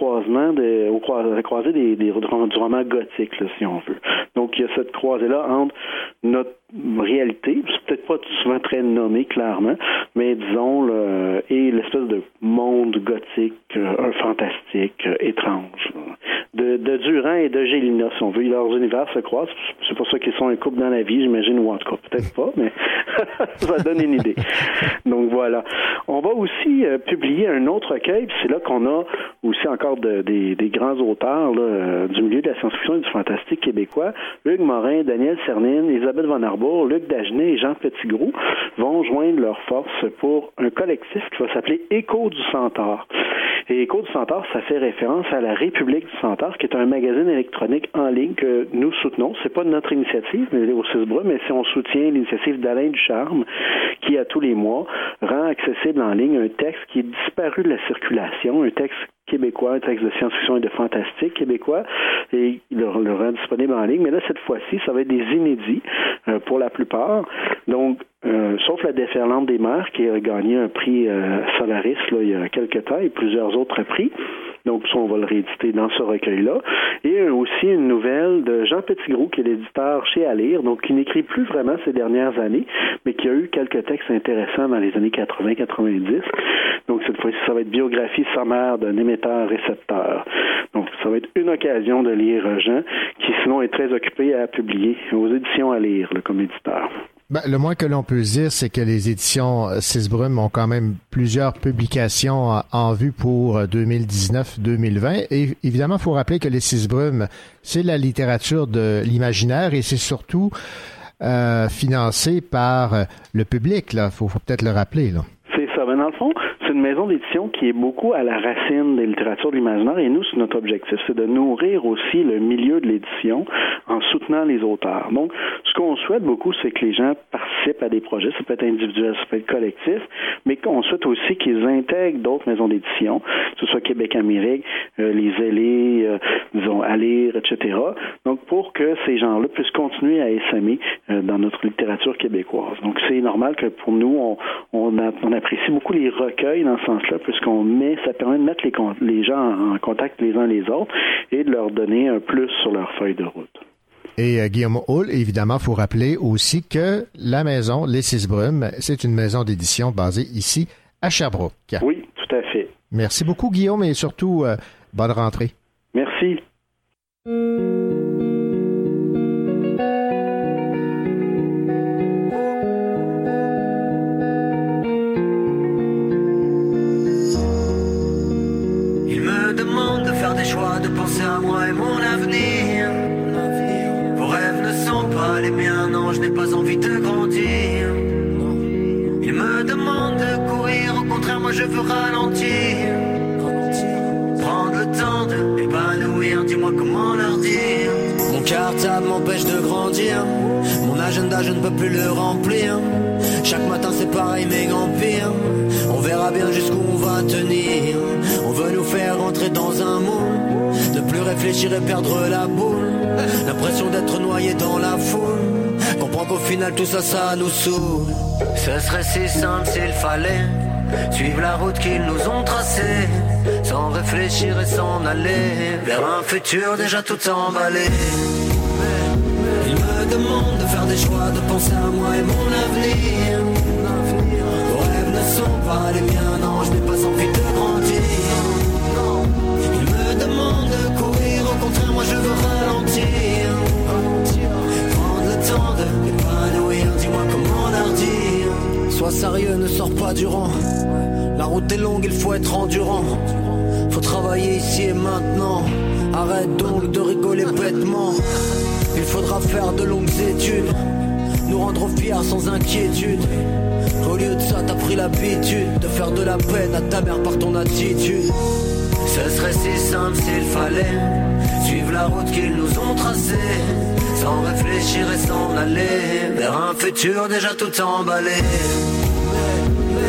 S16: croisée du roman gothique, là, si on veut. Donc, il y a cette croisée-là entre notre réalité, c'est peut-être pas souvent très nommé clairement, mais disons, et l'espèce de monde gothique, un fantastique, étrange, de Durand et de Gélina, si on veut. Leurs univers se croisent. C'est pour ça qu'ils sont un couple dans la vie, j'imagine, ou en tout cas, peut-être pas, mais ça donne une idée. Donc, voilà. On va aussi publier un autre recueil, puis c'est là qu'on a aussi encore des grands auteurs là, du milieu de la science-fiction et du fantastique québécois. Hugues Morin, Daniel Cernine, Elisabeth Von Arbour, Luc Dagenet et Jean Petitgros vont joindre leurs forces pour un collectif qui va s'appeler Écho du Centaure. Et Écho du Centaure, ça fait référence à la République du Centaure, qui est un magazine électronique en ligne que nous soutenons. C'est pas notre initiative, mais au CISBRA, mais si on soutient l'initiative d'Alain Ducharme, qui, à tous les mois, rend accessible en ligne un texte qui est disparu de la circulation, un texte québécois, un texte de science-fiction et de fantastique québécois, et il le rend disponible en ligne. Mais là, cette fois-ci, ça va être des inédits pour la plupart. Donc, sauf La Déferlante des mers, qui a gagné un prix Solaris là, il y a quelques temps, et plusieurs autres prix. Donc, ça, on va le rééditer dans ce recueil-là. Et aussi une nouvelle de Jean Petitgros, qui est l'éditeur chez À Lire, donc qui n'écrit plus vraiment ces dernières années, mais qui a eu quelques textes intéressants dans les années 80-90. Donc, cette fois-ci, ça va être biographie sommaire d'un émetteur-récepteur. Donc, ça va être une occasion de lire Jean, qui sinon est très occupé à publier aux éditions À Lire, là, comme éditeur.
S2: Le moins que l'on peut dire, c'est que les éditions CISBRUM ont quand même plusieurs publications en vue pour 2019-2020. Et évidemment, il faut rappeler que les CISBRUM, c'est la littérature de l'imaginaire et c'est surtout financé par le public. Il faut peut-être le rappeler, là.
S16: C'est ça. Ben, dans le fond, c'est une maison d'édition qui est beaucoup à la racine des littératures de l'imaginaire et nous, c'est notre objectif, c'est de nourrir aussi le milieu de l'édition en soutenant les auteurs. Donc, ce qu'on souhaite beaucoup, c'est que les gens participent à des projets, ça peut être individuel, ça peut être collectif, mais qu'on souhaite aussi qu'ils intègrent d'autres maisons d'édition, que ce soit Québec-Amérique, les Ailés, disons, À Lire, etc. Donc, pour que ces gens-là puissent continuer à essaimer dans notre littérature québécoise. Donc, c'est normal que pour nous, on apprécie beaucoup les recueils dans ce sens-là, puisqu'on ça permet de mettre les gens en contact les uns les autres et de leur donner un plus sur leur feuille de route.
S2: Et Guillaume Hull, évidemment, il faut rappeler aussi que la maison, les CISBRUM, c'est une maison d'édition basée ici à Sherbrooke.
S16: Oui, tout à fait.
S2: Merci beaucoup, Guillaume, et surtout, bonne rentrée.
S16: Merci.
S17: Des choix, de penser à moi et mon avenir. Vos rêves ne sont pas les miens, non, je n'ai pas envie de grandir. Ils me demandent de courir, au contraire, moi je veux ralentir. Prendre le temps de m'épanouir, dis-moi comment leur dire. Mon cartable m'empêche de grandir, mon agenda je ne peux plus le remplir. Chaque matin c'est pareil mais grand pire. On verra bien jusqu'où on va tenir. On veut nous faire rentrer dans un moule, ne plus réfléchir et perdre la boule. L'impression d'être noyé dans la foule. Comprends qu'au final tout ça, ça nous saoule. Ce serait si simple s'il fallait suivre la route qu'ils nous ont tracée, sans réfléchir et s'en aller vers un futur déjà tout emballé. Ils me demandent de faire des choix, de penser à moi et mon avenir. Vos rêves ne sont pas les miens, non, je n'ai pas envie de grandir. Ils me demandent de courir, au contraire, moi je veux ralentir. Prendre le temps de m'épanouir, dis-moi comment leur dire. Sois sérieux, ne sors pas du rang. La route est longue, il faut être endurant. Faut travailler ici et maintenant. Arrête donc de rigoler bêtement. Il faudra faire de longues études, nous rendre fiers sans inquiétude. Au lieu de ça, t'as pris l'habitude de faire de la peine à ta mère par ton attitude. Ce serait si simple s'il fallait suivre la route qu'ils nous ont tracée, sans réfléchir et s'en aller vers un futur déjà tout emballé.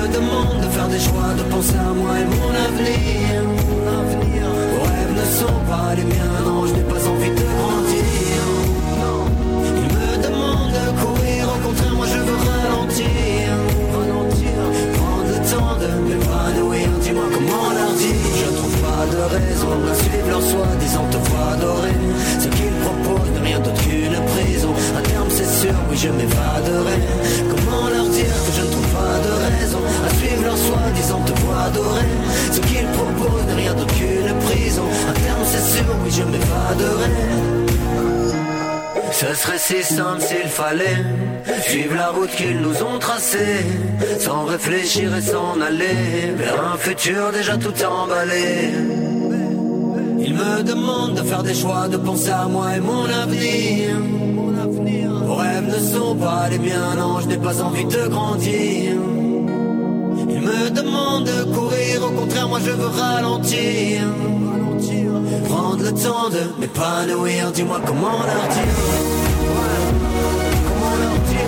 S17: me demande de faire des choix, de penser à moi et mon avenir. Vos rêves ne sont pas les miens, non, je n'ai pas envie de grandir. Il me demande de courir, au contraire, moi je veux ralentir. Prendre le temps de m'épanouir, dis-moi comment leur dire. Je ne trouve pas de raison à suivre leur soi-disant voie dorée. Ce qu'ils proposent n'est rien d'autre qu'une prison. À terme c'est sûr, oui je m'évaderai. Comment leur dire que je ne trouve pas de raison à suivre leur soi-disant voie dorée. Ce qu'ils proposent n'est rien d'autre qu'une prison. À terme c'est sûr, oui je m'évaderai. Ce serait si simple s'il fallait suivre la route qu'ils nous ont tracée, sans réfléchir et s'en aller vers un futur déjà tout emballé. Ils me demandent de faire des choix, de penser à moi et mon avenir. Vos rêves ne sont pas les miens, non, je n'ai pas envie de grandir. Ils me demandent de courir, au contraire, moi je veux ralentir. Prendre le temps de m'épanouir, dis-moi comment leur dire. Comment leur dire.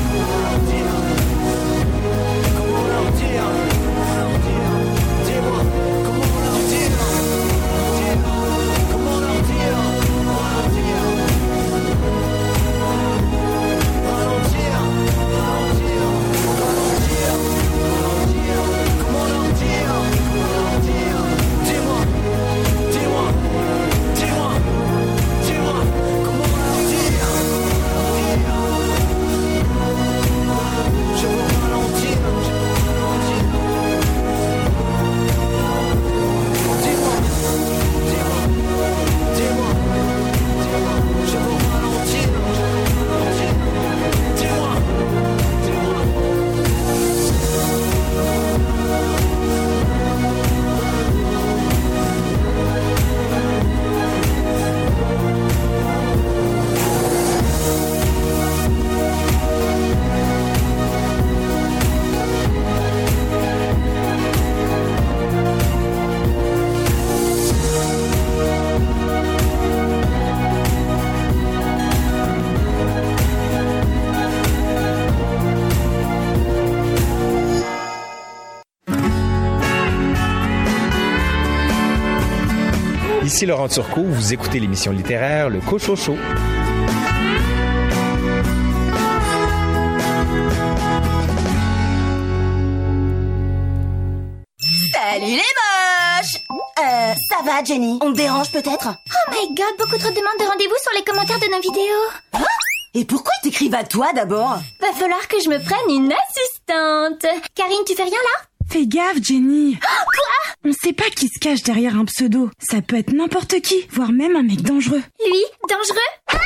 S17: Comment leur dire. Dis-moi comment leur dire. Comment leur dire. Ralentir. Comment leur dire. Dis-moi. Dis-moi, comment leur dire. Je veux ralentir. Dis-moi, je veux ralentir.
S18: Ici Laurent Turcot, vous écoutez l'émission littéraire Le Cochocho.
S19: Salut les moches! Ça va Jenny? On te dérange peut-être?
S20: Oh my god, beaucoup trop de demandes de rendez-vous sur les commentaires de nos vidéos.
S19: Hein? Et pourquoi ils t'écrivent à toi d'abord?
S20: Va falloir que je me prenne une assistante. Karine, tu fais rien là?
S21: Fais gaffe, Jenny.
S20: Oh, quoi?
S21: On sait pas qui se cache derrière un pseudo. Ça peut être n'importe qui, voire même un mec dangereux.
S20: Lui? Dangereux?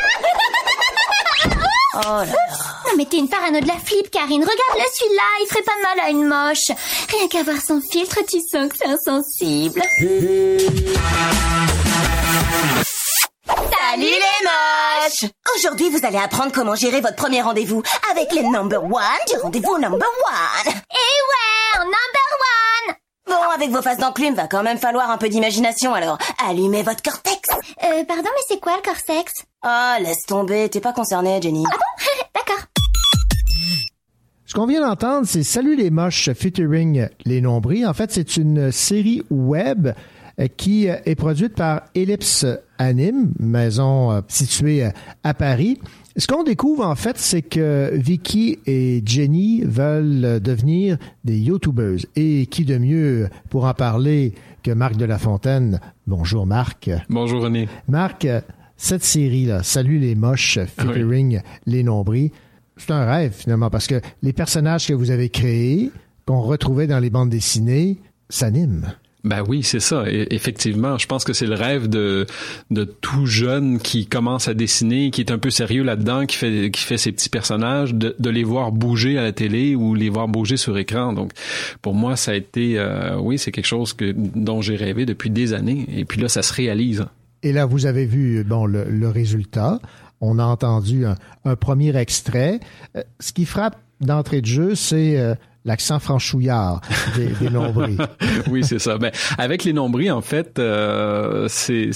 S19: Oh là là.
S20: Non mais t'es une parano de la flip, Karine. Regarde-le celui-là, il ferait pas mal à une moche. Rien qu'à voir son filtre, tu sens que c'est insensible.
S19: Salut les moches! Aujourd'hui, vous allez apprendre comment gérer votre premier rendez-vous avec les number one du rendez-vous number one.
S20: Eh ouais, number one!
S19: Bon, avec vos faces d'enclume, va quand même falloir un peu d'imagination, alors allumez votre cortex.
S20: Pardon, mais c'est quoi le cortex?
S19: Ah, laisse tomber, t'es pas concernée, Jenny.
S20: Ah bon? D'accord.
S2: Ce qu'on vient d'entendre, c'est Salut les moches featuring les nombris. En fait, c'est une série web qui est produite par Ellipse Anime, maison située à Paris. Ce qu'on découvre, en fait, c'est que Vicky et Jenny veulent devenir des YouTubeuses. Et qui de mieux pour en parler que Marc de La Fontaine? Bonjour, Marc.
S22: Bonjour, René.
S2: Marc, cette série-là, Salut les moches featuring les nombris, c'est un rêve, finalement, parce que les personnages que vous avez créés, qu'on retrouvait dans les bandes dessinées, s'animent.
S22: Ben oui, c'est ça. Et effectivement, je pense que c'est le rêve de tout jeune qui commence à dessiner, qui est un peu sérieux là-dedans, qui fait ses petits personnages, de les voir bouger à la télé ou les voir bouger sur écran. Donc, pour moi, ça a été, oui, c'est quelque chose dont j'ai rêvé depuis des années. Et puis là, ça se réalise.
S2: Et là, vous avez vu, bon, le résultat. On a entendu un premier extrait. Ce qui frappe d'entrée de jeu, c'est l'accent franchouillard des nombris.
S22: Oui, c'est ça. Ben, avec les nombris, en fait, il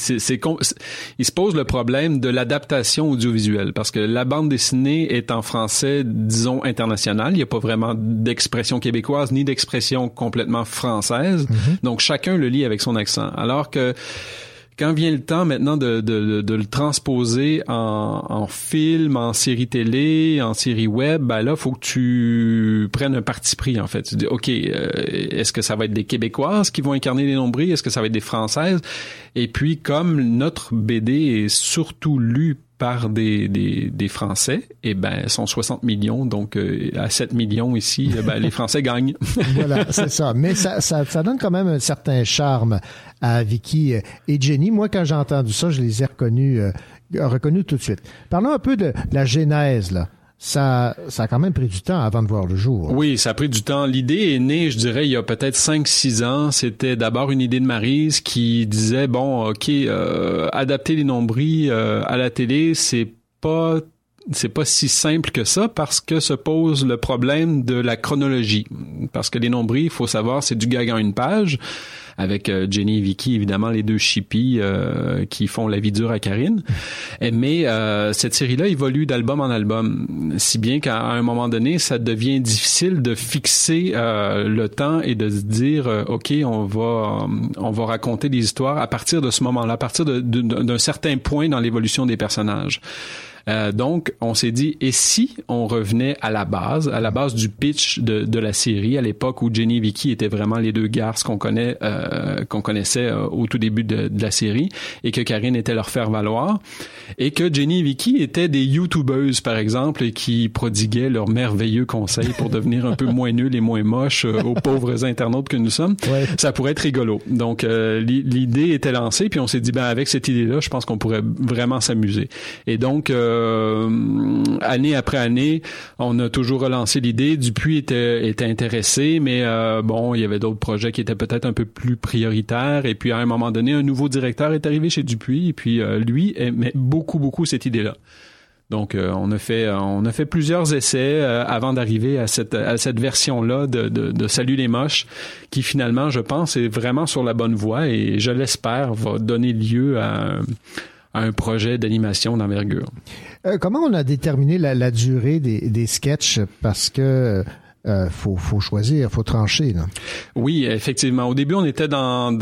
S22: se pose le problème de l'adaptation audiovisuelle parce que la bande dessinée est en français, disons, international. Il n'y a pas vraiment d'expression québécoise ni d'expression complètement française. Donc, chacun le lit avec son accent. Alors que quand vient le temps maintenant de le transposer en film, en série télé, en série web, ben là, faut que tu prennes un parti pris, en fait. Tu dis, OK, est-ce que ça va être des Québécoises qui vont incarner les nombris? Est-ce que ça va être des Françaises? Et puis, comme notre BD est surtout lue par des Français, eh ben, sont 60 millions, donc à 7 millions ici, ben, les Français gagnent.
S2: Voilà, c'est ça. Mais ça donne quand même un certain charme à Vicky et Jenny. Moi, quand j'ai entendu ça, je les ai reconnus tout de suite. Parlons un peu de la genèse, là. Ça a quand même pris du temps avant de voir le jour.
S22: Oui, ça a pris du temps. L'idée est née, je dirais, il y a peut-être 5-6 ans. C'était d'abord une idée de Maryse qui disait, bon, OK, adapter les nombris à la télé, c'est pas si simple que ça parce que se pose le problème de la chronologie. Parce que les nombris, il faut savoir, c'est du gag en une page. Avec Jenny et Vicky, évidemment, les deux chippies qui font la vie dure à Karine. Mais cette série-là évolue d'album en album, si bien qu'à un moment donné, ça devient difficile de fixer le temps et de se dire, OK, on va raconter des histoires à partir de ce moment-là, à partir d'un certain point dans l'évolution des personnages. Donc, on s'est dit, et si on revenait à la base du pitch de la série, à l'époque où Jenny et Vicky étaient vraiment les deux garces qu'on connaissait au tout début de la série, et que Karine était leur faire-valoir, et que Jenny et Vicky étaient des YouTubeuses, par exemple, et qui prodiguaient leurs merveilleux conseils pour devenir un peu moins nuls et moins moches aux pauvres internautes que nous sommes. Ouais. Ça pourrait être rigolo. Donc, l'idée était lancée, puis on s'est dit, ben, avec cette idée-là, je pense qu'on pourrait vraiment s'amuser. Et donc, année après année, on a toujours relancé l'idée. Dupuis était intéressé, mais bon, il y avait d'autres projets qui étaient peut-être un peu plus prioritaires. Et puis, à un moment donné, un nouveau directeur est arrivé chez Dupuis, et puis lui aimait beaucoup cette idée-là. Donc, on a fait plusieurs essais avant d'arriver à cette version-là de Salut les moches, qui finalement, je pense, est vraiment sur la bonne voie et je l'espère va donner lieu à un projet d'animation d'envergure.
S2: Comment on a déterminé la durée des sketchs? Parce que faut choisir, faut trancher, là.
S22: Oui, effectivement. Au début, on était dans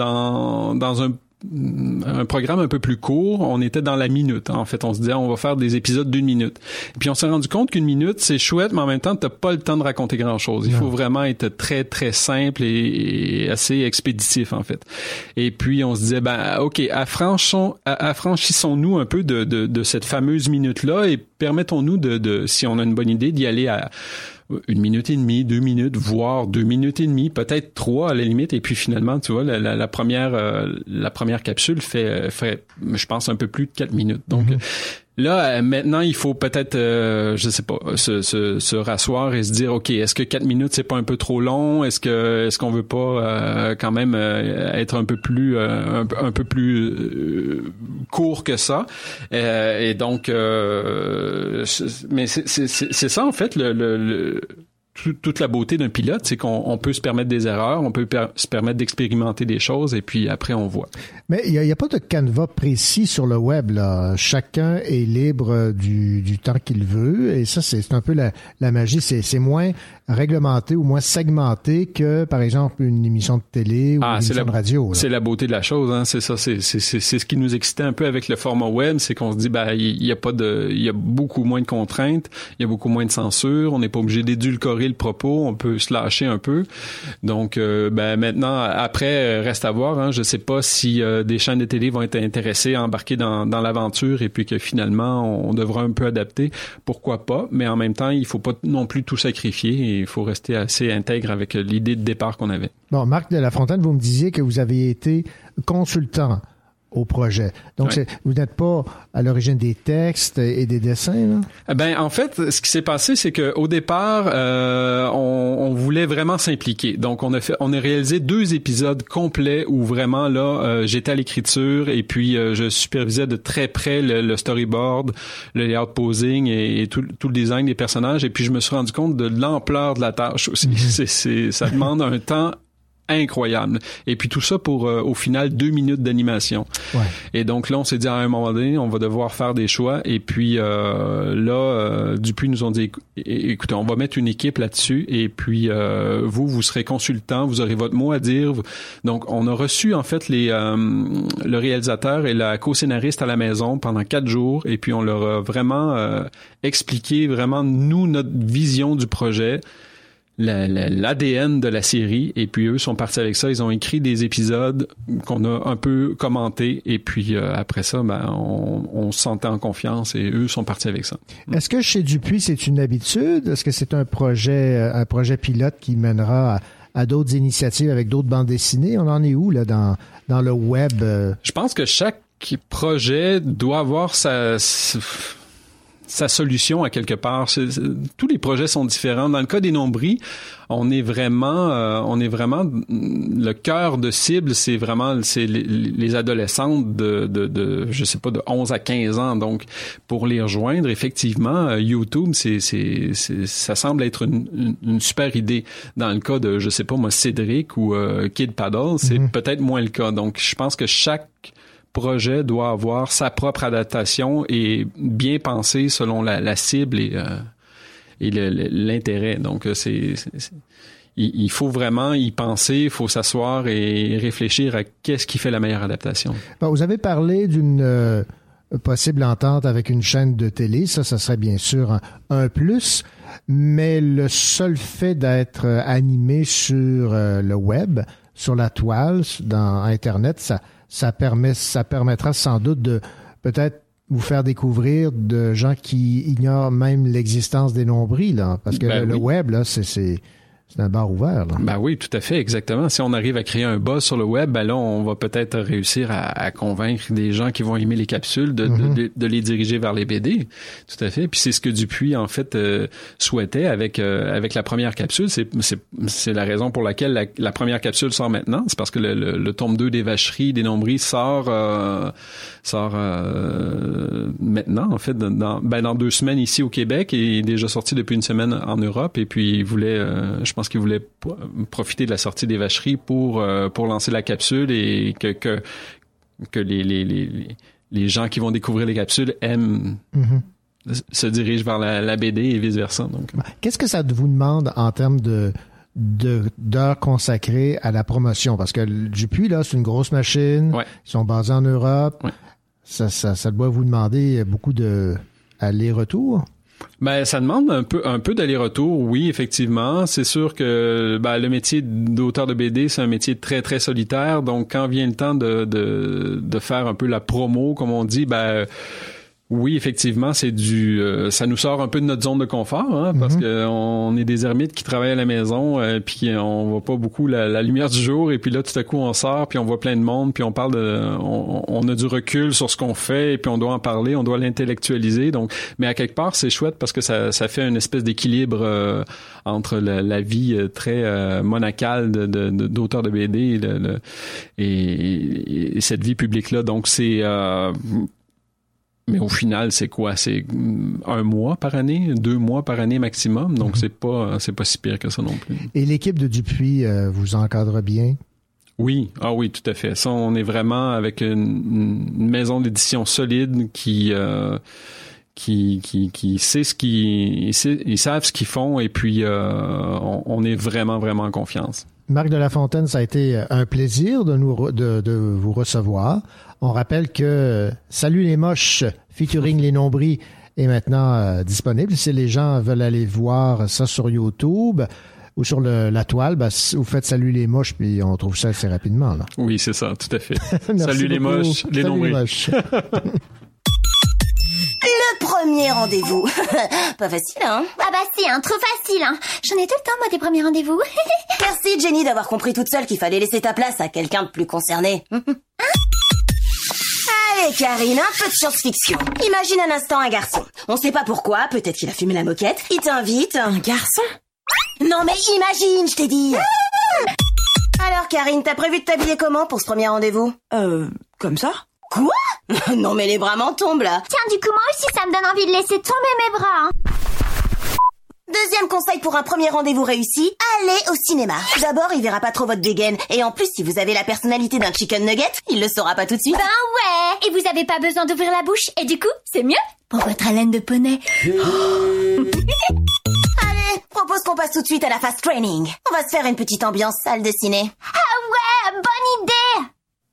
S22: un programme un peu plus court, on était dans la minute. En fait, on se disait, on va faire des épisodes d'1 minute. Et puis, on s'est rendu compte qu'une minute, c'est chouette, mais en même temps, t'as pas le temps de raconter grand-chose. Il faut vraiment être très, très simple et assez expéditif, en fait. Et puis, on se disait, ben, OK, affranchissons-nous un peu de cette fameuse minute-là et permettons-nous si on a une bonne idée, d'y aller à 1 minute et demie, 2 minutes, voire 2 minutes et demie, peut-être 3 à la limite. Et puis finalement, tu vois, la première capsule fait, je pense, un peu plus de 4 minutes. Donc là, maintenant, il faut peut-être, je sais pas, se rasseoir et se dire, OK, est-ce que 4 minutes, c'est pas un peu trop long? Est-ce qu'on veut pas quand même être un peu plus court que ça? Et donc, mais c'est ça, en fait, toute la beauté d'un pilote, c'est qu'on peut se permettre des erreurs, on peut se permettre d'expérimenter des choses, et puis après, on voit.
S2: Mais il y a pas de canevas précis sur le web, là. Chacun est libre du temps qu'il veut, et ça, c'est un peu la magie. C'est moins réglementé ou moins segmenté que, par exemple, une émission de télé ou une émission de radio, là.
S22: C'est la beauté de la chose, hein. C'est ça. C'est ce qui nous excitait un peu avec le format web, c'est qu'on se dit, ben, il y a beaucoup moins de contraintes, il y a beaucoup moins de censure, on n'est pas obligé d'édulcorer le propos, on peut se lâcher un peu. Donc, ben, maintenant, après, reste à voir, hein. Je sais pas si des chaînes de télé vont être intéressées à embarquer dans l'aventure et puis que finalement, on devra un peu adapter. Pourquoi pas? Mais en même temps, il faut pas non plus tout sacrifier et il faut rester assez intègre avec l'idée de départ qu'on avait.
S2: Bon, Marc de La Fontaine, vous me disiez que vous aviez été consultant au projet. Donc, vous n'êtes pas à l'origine des textes et des dessins, là?
S22: Ben, en fait, ce qui s'est passé, c'est que au départ, on voulait vraiment s'impliquer. Donc, on a réalisé 2 épisodes complets où vraiment là, j'étais à l'écriture et puis je supervisais de très près le storyboard, le layout posing et tout le design des personnages. Et puis, je me suis rendu compte de l'ampleur de la tâche aussi. Ça demande un temps incroyable. Et puis tout ça pour, au final, 2 minutes d'animation. Ouais. Et donc là, on s'est dit à un moment donné, on va devoir faire des choix. Et puis Dupuis nous ont dit, écoutez, on va mettre une équipe là-dessus. Et puis vous serez consultant, vous aurez votre mot à dire. Donc, on a reçu en fait le réalisateur et la co-scénariste à la maison pendant 4 jours. Et puis on leur a vraiment expliqué vraiment nous notre vision du projet. L'ADN de la série, et puis eux sont partis avec ça. Ils ont écrit des épisodes qu'on a un peu commentés, et puis après ça, on se sentait en confiance, et eux sont partis avec ça.
S2: Est-ce que chez Dupuis, c'est une habitude? Est-ce que c'est un projet pilote qui mènera à d'autres initiatives avec d'autres bandes dessinées? On en est où là dans le web?
S22: Je pense que chaque projet doit avoir sa solution à quelque part. Tous les projets sont différents. Dans le cas des Nombris, on est vraiment le cœur de cible, c'est les adolescentes de je sais pas, de 11 à 15 ans. Donc pour les rejoindre, effectivement, YouTube, ça semble être une super idée. Dans le cas de, je sais pas moi, Cédric ou Kid Paddle, c'est peut-être moins le cas. Donc je pense que chaque projet doit avoir sa propre adaptation et bien pensé selon la cible et l'intérêt. Donc il faut vraiment y penser, il faut s'asseoir et réfléchir à qu'est-ce qui fait la meilleure adaptation.
S2: Bon, vous avez parlé d'une possible entente avec une chaîne de télé, ça serait bien sûr un plus, mais le seul fait d'être animé sur le web, sur la toile, dans Internet, ça permettra sans doute de peut-être vous faire découvrir de gens qui ignorent même l'existence des Nombris, là, parce que le web, là, c'est un bar ouvert, là.
S22: Ben oui, tout à fait, exactement. Si on arrive à créer un buzz sur le web, ben là, on va peut-être réussir à convaincre des gens qui vont aimer les capsules de les diriger vers les BD. Tout à fait. Puis c'est ce que Dupuis, en fait, souhaitait avec la première capsule. C'est la raison pour laquelle la première capsule sort maintenant. C'est parce que le tome 2 des Vacheries, des Nombris sort maintenant, en fait, dans 2 semaines ici au Québec et est déjà sorti depuis 1 semaine en Europe. Et puis, il voulait, je pense qu'il voulait profiter de la sortie des Vacheries pour lancer la capsule et que les gens qui vont découvrir les capsules aiment se dirigent vers la BD et vice-versa. Donc.
S2: Qu'est-ce que ça vous demande en termes d'heures consacrées à la promotion? Parce que Dupuis, là, c'est une grosse machine. Ouais. Ils sont basés en Europe. Ouais. Ça doit vous demander beaucoup de aller-retour?
S22: Ben, ça demande un peu d'aller-retour, oui, effectivement. C'est sûr que le métier d'auteur de BD, c'est un métier très, très solitaire. Donc, quand vient le temps de faire un peu la promo, comme on dit, oui, effectivement, c'est ça nous sort un peu de notre zone de confort, hein, parce que on est des ermites qui travaillent à la maison, puis on voit pas beaucoup la lumière du jour, et puis là, tout à coup, on sort, puis on voit plein de monde, puis on parle on a du recul sur ce qu'on fait, et puis on doit en parler, on doit l'intellectualiser. Donc, mais à quelque part, c'est chouette parce que ça fait une espèce d'équilibre entre la vie très monacale d'auteur de BD et cette vie publique-là. Donc, c'est mais au final, c'est quoi? C'est 1 mois par année, 2 mois par année maximum. Donc, c'est pas si pire que ça non plus.
S2: Et l'équipe de Dupuis vous encadre bien?
S22: Oui. Ah oui, tout à fait. Ça, on est vraiment avec une maison d'édition solide qui sait ils savent ce qu'ils font et puis on est vraiment, vraiment en confiance.
S2: Marc de la Fontaine, ça a été un plaisir de vous recevoir. On rappelle que Salut les moches, featuring les Nombris, est maintenant disponible. Si les gens veulent aller voir ça sur YouTube ou sur la toile, vous faites Salut les moches, puis on trouve ça assez rapidement, là.
S22: Oui, c'est ça, tout à fait. Salut les moches, les Nombris.
S19: Le premier rendez-vous. Pas facile, hein?
S20: Ah bah si, trop facile, hein. J'en ai tout le temps, moi, des premiers rendez-vous.
S19: Merci, Jenny, d'avoir compris toute seule qu'il fallait laisser ta place à quelqu'un de plus concerné. Allez, Karine, un peu de science-fiction. Imagine un instant un garçon. On sait pas pourquoi, peut-être qu'il a fumé la moquette. Il t'invite. Un garçon? Non mais imagine, je t'ai dit. Alors, Karine, t'as prévu de t'habiller comment pour ce premier rendez-vous? Comme ça? Quoi? Non mais les bras m'en tombent, là.
S20: Tiens, du coup, moi aussi, ça me donne envie de laisser tomber mes bras. Hein.
S19: Deuxième conseil pour un premier rendez-vous réussi, allez au cinéma. D'abord, il verra pas trop votre dégaine. Et en plus, si vous avez la personnalité d'un chicken nugget, il le saura pas tout de suite.
S20: Ben ouais. Et vous avez pas besoin d'ouvrir la bouche. Et du coup, c'est mieux pour votre haleine de poney.
S19: Allez, propose qu'on passe tout de suite à la fast training. On va se faire une petite ambiance salle de ciné.
S20: Ah ouais, bonne idée.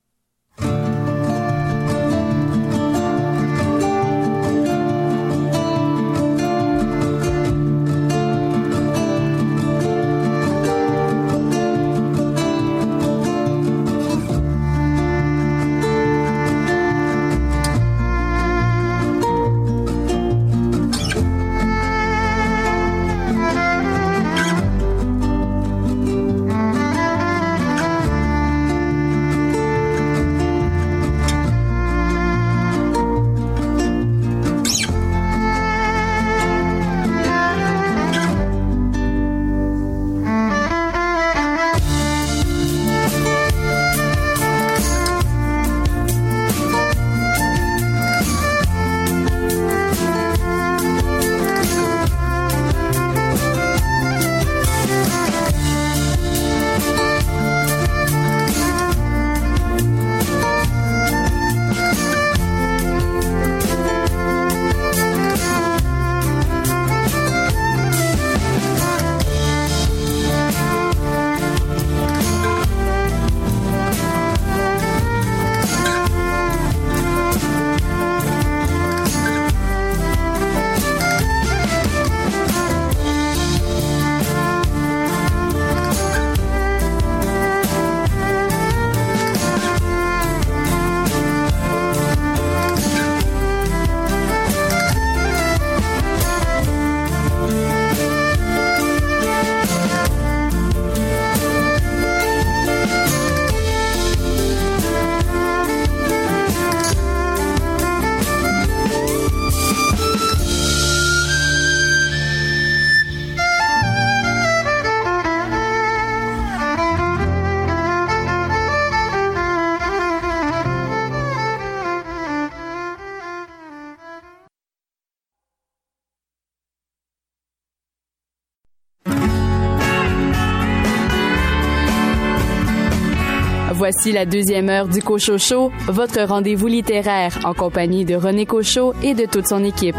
S1: Voici la deuxième heure du Cochocho, votre rendez-vous littéraire en compagnie de René Cochot et de toute son équipe.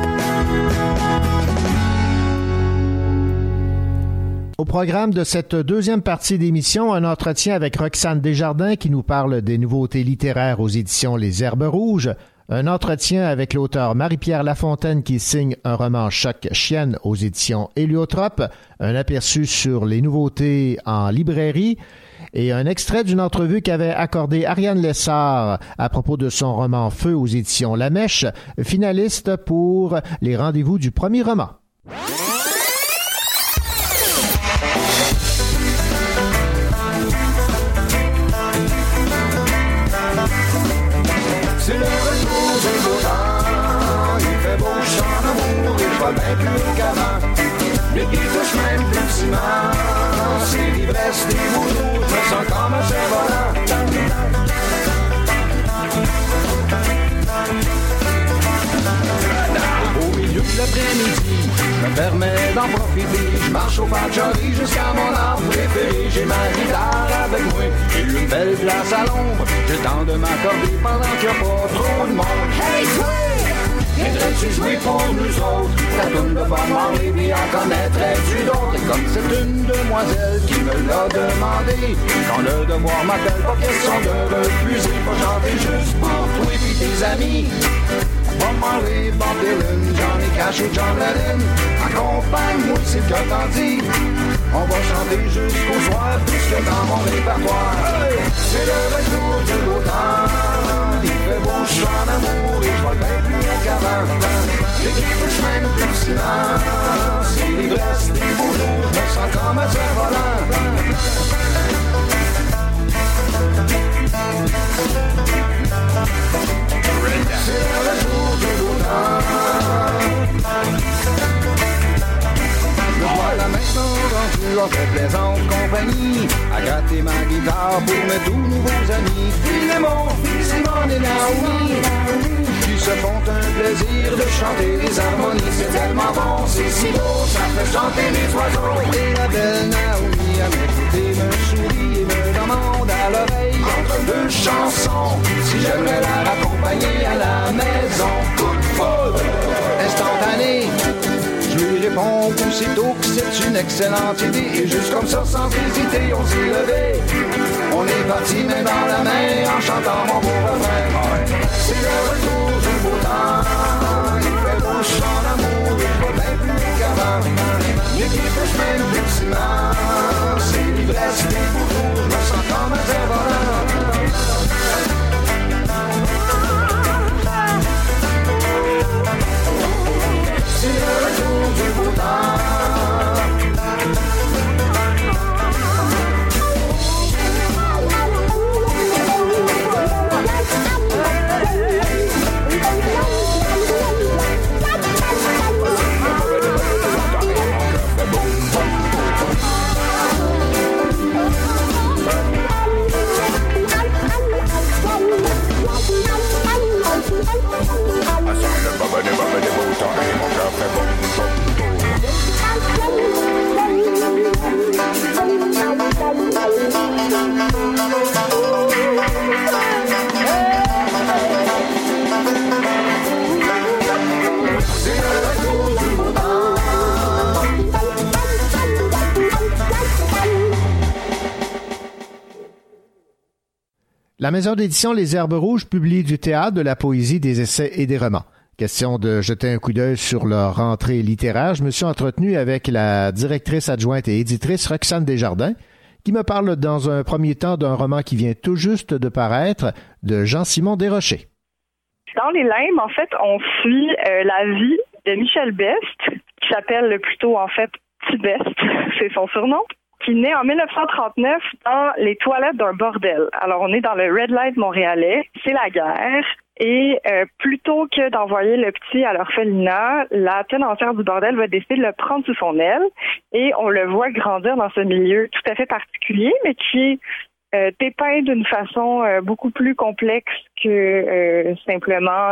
S2: Au programme de cette deuxième partie d'émission, un entretien avec Roxane Desjardins qui nous parle des nouveautés littéraires aux éditions Les Herbes Rouges, un entretien avec l'auteur Marie-Pierre Lafontaine qui signe un roman Choc Chienne aux éditions Héliotrope, un aperçu sur les nouveautés en librairie et un extrait d'une entrevue qu'avait accordée Ariane Lessard à propos de son roman Feu aux éditions La Mèche, finaliste pour les rendez-vous du premier roman.
S3: C'est le retour du beau temps, il fait beau, je chante d'amour et je vois bien plus qu'avant. Les pieds touchent même plus de ciment, c'est l'ivresse des moutons, je me sens comme un cerf-volant. Au milieu de l'après-midi, je me permets d'en profiter, je marche au Fatjari jusqu'à mon arbre préféré. J'ai ma guitare avec moi, j'ai une belle place à l'ombre, j'ai le temps de m'accorder pendant qu'il n'y a pas trop de monde. Hey, toi! Viendrais-tu jouer pour nous autres? Ta toune de Bob Marley, puis en connaîtrais-tu d'autres? Et comme c'est une demoiselle qui me l'a demandé, quand le devoir m'appelle, pas question de refuser, pas chanter juste pour toi et tes amis. Bob Marley, Bob Dylan, Johnny Cash ou John Lennon, accompagne-moi, c'est que t'en dis. On va chanter jusqu'au soir, puisque dans mon répertoire, hey, c'est le retour du beau temps. Il fait beau, je suis en amour et je vois bien plus haut qu'avant. Les qui touchent même plus le silence, c'est l'ivresse des beaux jours, je me sens comme un cerf-volant. Red c'est le retour du beau temps. Me voilà maintenant rendu en très plaisante compagnie, à gratter ma guitare pour mes tout nouveaux amis. Philémon, Simone et Naomi, qui se font un plaisir de chanter les harmonies. C'est tellement bon, c'est si beau, ça fait chanter les oiseaux. Et la belle Naomi à mes côtés me sourit et me demande à l'oreille entre deux chansons si j'aimerais la raccompagner à la maison. Coup de foudre instantané, je lui réponds aussitôt que c'est une excellente idée. Et juste comme ça, sans hésiter, on s'est levé. On est parti main dans la main en chantant mon beau refrain. C'est le retour du beau temps. Il fait beau, je chante l'amour, il va bien plus qu'avant. L'équipe de chemin de bâtiment, c'est l'ivresse des beaux jours, je me sens comme un cerf-volant. C'est le retour du beau temps.
S2: La maison d'édition Les Herbes Rouges publie du théâtre, de la poésie, des essais et des romans. Question de jeter un coup d'œil sur leur rentrée littéraire. Je me suis entretenu avec la directrice adjointe et éditrice Roxane Desjardins, qui me parle dans un premier temps d'un roman qui vient tout juste de paraître, de Jean-Simon Desrochers.
S5: Dans Les Limbes, en fait, on suit la vie de Michel Best, qui s'appelle plutôt, en fait, Petit Best, c'est son surnom, qui naît en 1939 dans les toilettes d'un bordel. Alors, on est dans le Red Light montréalais, c'est la guerre, et plutôt que d'envoyer le petit à l'orphelinat, la tenancière du bordel va décider de le prendre sous son aile, et on le voit grandir dans ce milieu tout à fait particulier, mais qui est dépeint d'une façon beaucoup plus complexe que simplement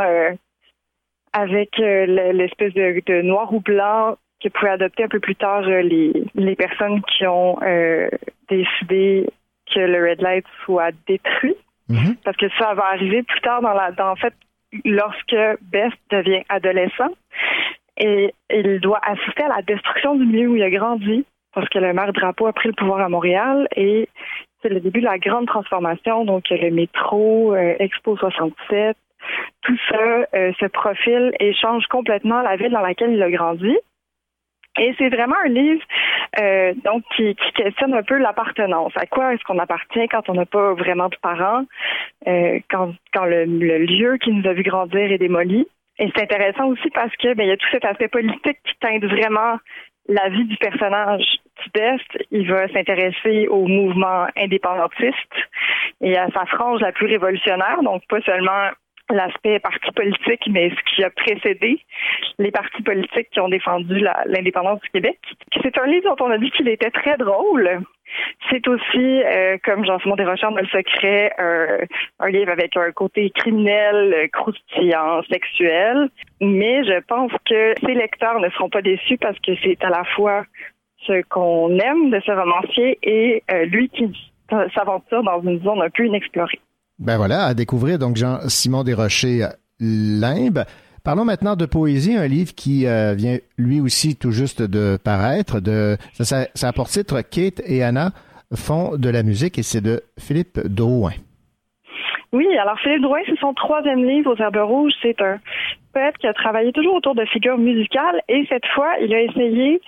S5: avec l'espèce de noir ou blanc que pouvaient adopter un peu plus tard les personnes qui ont décidé que le Red Light soit détruit. Mm-hmm. Parce que ça va arriver plus tard en fait, lorsque Best devient adolescent et il doit assister à la destruction du milieu où il a grandi parce que le maire Drapeau a pris le pouvoir à Montréal et c'est le début de la grande transformation. Donc, le métro, Expo 67, tout ça se profile et change complètement la ville dans laquelle il a grandi. Et c'est vraiment un livre donc qui questionne un peu l'appartenance. À quoi est-ce qu'on appartient quand on n'a pas vraiment de parents, quand le lieu qui nous a vu grandir est démoli. Et c'est intéressant aussi parce que il y a tout cet aspect politique qui teinte vraiment la vie du personnage. Best, il va s'intéresser au mouvement indépendantiste et à sa frange la plus révolutionnaire, donc pas seulement l'aspect parti politique, mais ce qui a précédé les partis politiques qui ont défendu l'indépendance du Québec. C'est un livre dont on a dit qu'il était très drôle. C'est aussi, comme Jean-Simon Desrochers dans Le Secret, un livre avec un côté criminel, croustillant, sexuel. Mais je pense que ses lecteurs ne seront pas déçus parce que c'est à la fois ce qu'on aime de ce romancier et lui qui s'aventure dans une zone un peu inexplorée.
S2: Ben voilà, à découvrir donc Jean-Simon Desrochers, Limbes. Parlons maintenant de poésie, un livre qui vient lui aussi tout juste de paraître. Ça a pour titre Kate et Anna font de la musique et c'est de Philippe Drouin.
S5: Oui, alors Philippe Drouin, c'est son 3e livre aux Herbes Rouges. C'est un poète qui a travaillé toujours autour de figures musicales et cette fois, il a essayé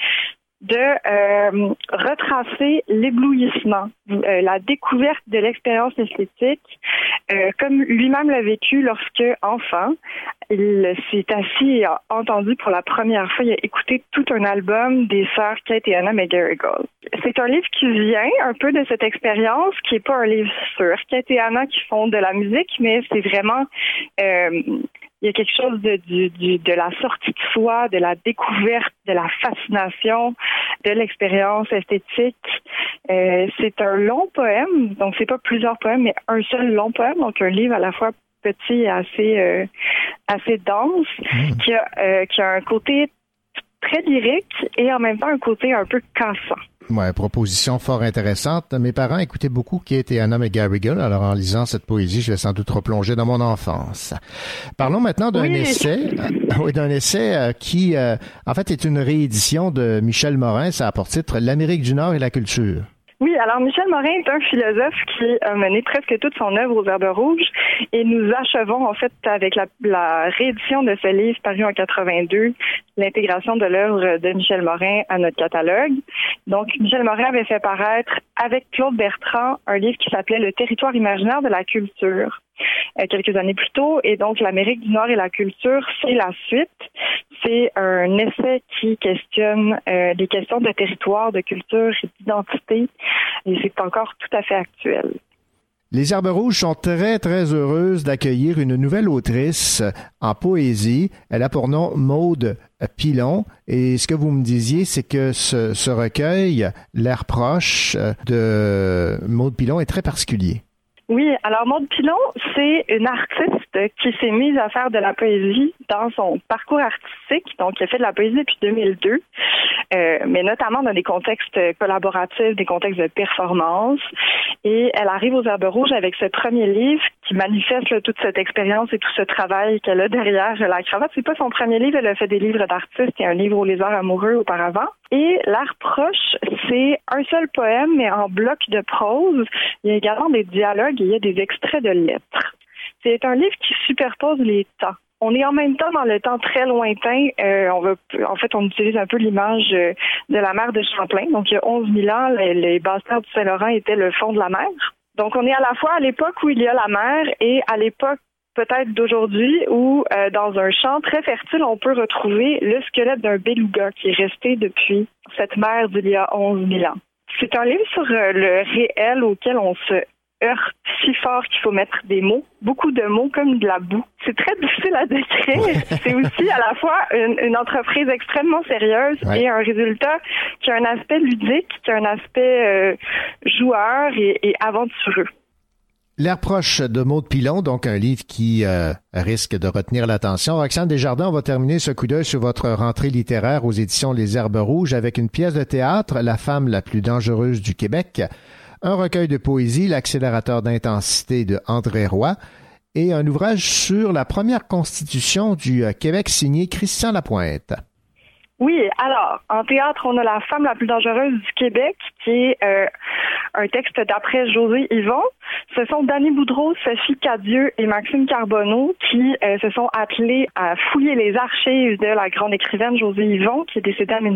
S5: de retracer l'éblouissement, la découverte de l'expérience esthétique, comme lui-même l'a vécu lorsque, enfant, il s'est assis et a entendu pour la première fois, il a écouté tout un album des sœurs Kate et Anna McGarrigle. C'est un livre qui vient un peu de cette expérience, qui n'est pas un livre sur Kate et Anna qui font de la musique, mais c'est vraiment Il y a quelque chose de la sortie de soi, de la découverte, de la fascination, de l'expérience esthétique. C'est un long poème, donc c'est pas plusieurs poèmes, mais un seul long poème, donc un livre à la fois petit et assez dense, qui a un côté très lyrique et en même temps un côté un peu cassant.
S2: Ouais, proposition fort intéressante. Mes parents écoutaient beaucoup Keith et Anna McGarrigle, alors en lisant cette poésie, je vais sans doute replonger dans mon enfance. Parlons maintenant d'un essai qui, en fait, est une réédition de Michel Morin. Ça a pour titre « L'Amérique du Nord et la culture ».
S5: Oui, alors Michel Morin est un philosophe qui a mené presque toute son œuvre aux Herbes Rouges et nous achevons en fait avec la réédition de ce livre paru en 82, l'intégration de l'œuvre de Michel Morin à notre catalogue. Donc, Michel Morin avait fait paraître avec Claude Bertrand un livre qui s'appelait « Le territoire imaginaire de la culture ». Quelques années plus tôt, et donc l'Amérique du Nord et la culture, c'est la suite. C'est un essai qui questionne les questions de territoire, de culture et d'identité, et c'est encore tout à fait actuel.
S2: Les Herbes Rouges sont très, très heureuses d'accueillir une nouvelle autrice en poésie. Elle a pour nom Maude Pilon. Et ce que vous me disiez, c'est que ce recueil, L'air proche de Maude Pilon, est très particulier.
S5: Oui, alors Maude Pilon, c'est une artiste qui s'est mise à faire de la poésie dans son parcours artistique. Donc, elle fait de la poésie depuis 2002, mais notamment dans des contextes collaboratifs, des contextes de performance. Et elle arrive aux Herbes Rouges avec ce premier livre qui manifeste là, toute cette expérience et tout ce travail qu'elle a derrière la cravate. C'est pas son premier livre, elle a fait des livres d'artistes et un livre aux lézards amoureux auparavant. Et L'air proche, c'est un seul poème, mais en bloc de prose. Il y a également des dialogues et il y a des extraits de lettres. C'est un livre qui superpose les temps. On est en même temps dans le temps très lointain. On utilise un peu l'image de la mer de Champlain. Donc, il y a 11 000 ans, les basses terres du Saint-Laurent étaient le fond de la mer. Donc, on est à la fois à l'époque où il y a la mer et à l'époque peut-être d'aujourd'hui où, dans un champ très fertile, on peut retrouver le squelette d'un beluga qui est resté depuis cette mer d'il y a 11 000 ans. C'est un livre sur le réel auquel on se heurte si fort qu'il faut mettre des mots, beaucoup de mots comme de la boue. C'est très difficile à décrire. C'est aussi à la fois une entreprise extrêmement sérieuse et un résultat qui a un aspect ludique, qui a un aspect joueur et aventureux.
S2: L'air proche de Maude Pilon, donc un livre qui risque de retenir l'attention. Roxane Desjardins, on va terminer ce coup d'œil sur votre rentrée littéraire aux éditions Les Herbes Rouges avec une pièce de théâtre, La femme la plus dangereuse du Québec, un recueil de poésie, L'accélérateur d'intensité de André Roy, et un ouvrage sur la première constitution du Québec signé Christian Lapointe.
S5: Oui, alors, en théâtre, on a La femme la plus dangereuse du Québec, qui est un texte d'après José Yvon. Ce sont Dany Boudreau, Sophie Cadieux et Maxime Carbonneau qui se sont attelés à fouiller les archives de la grande écrivaine José Yvon, qui est décédée en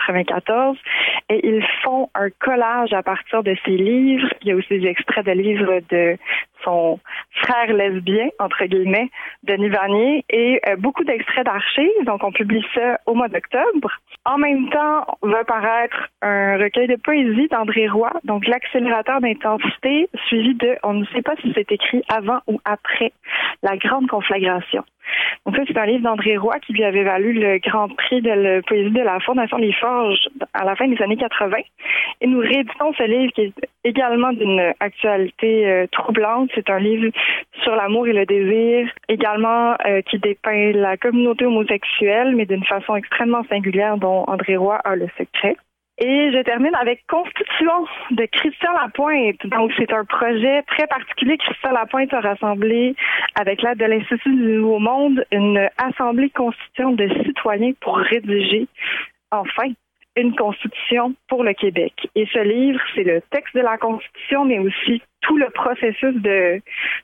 S5: 1994, et ils font un collage à partir de ses livres. Il y a aussi des extraits de livres de son frère lesbien, entre guillemets, Denis Vanier, et beaucoup d'extraits d'archives. Donc, on publie ça au mois d'octobre. En même temps, va paraître un recueil de poésie d'André Roy, donc L'accélérateur d'intensité, suivi de, on ne sait pas si c'est écrit avant ou après, La grande conflagration. Donc ça, c'est un livre d'André Roy qui lui avait valu le grand prix de la poésie de la Fondation des Forges à la fin des années 80. Et nous rééditons ce livre qui est également d'une actualité troublante. C'est un livre sur l'amour et le désir, également qui dépeint la communauté homosexuelle, mais d'une façon extrêmement singulière dont André Roy a le secret. Et je termine avec Constitution de Christian Lapointe. Donc, c'est un projet très particulier. Christian Lapointe a rassemblé, avec l'aide de l'Institut du Nouveau Monde, une assemblée constituante de citoyens pour rédiger, enfin, une constitution pour le Québec. Et ce livre, c'est le texte de la constitution, mais aussi tout le processus de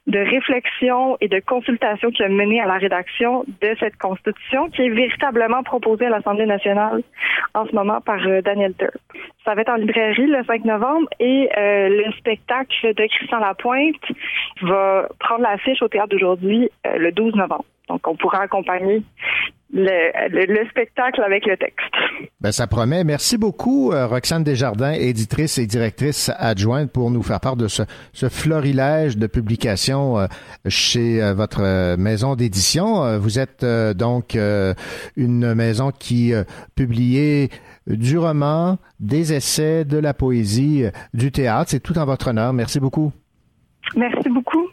S5: réflexion et de consultation qui a mené à la rédaction de cette constitution, qui est véritablement proposée à l'Assemblée nationale en ce moment par Daniel Turp. Ça va être en librairie le 5 novembre et le spectacle de Christian Lapointe va prendre l'affiche au Théâtre d'aujourd'hui le 12 novembre. Donc, on pourra accompagner le spectacle avec le texte.
S2: Ben, ça promet. Merci beaucoup, Roxane Desjardins, éditrice et directrice adjointe, pour nous faire part de ce florilège de publications chez votre maison d'édition. Vous êtes donc une maison qui publiait du roman, des essais, de la poésie, du théâtre. C'est tout en votre honneur. Merci beaucoup.
S5: Merci beaucoup.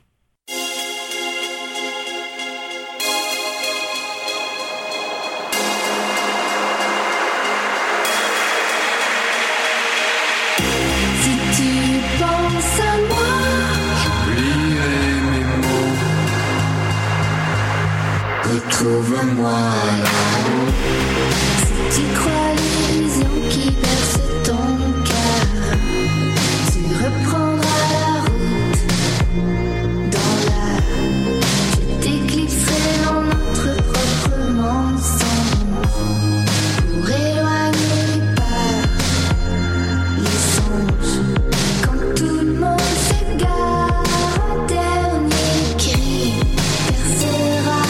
S11: Retrouve-moi là-haut. Si tu crois l'illusion qui berce ton cœur, tu reprendras la route dans l'air. Je t'éclipserai dans notre propre mensonge pour éloigner les peurs, les songes. Quand tout le monde s'égare, un dernier cri percera.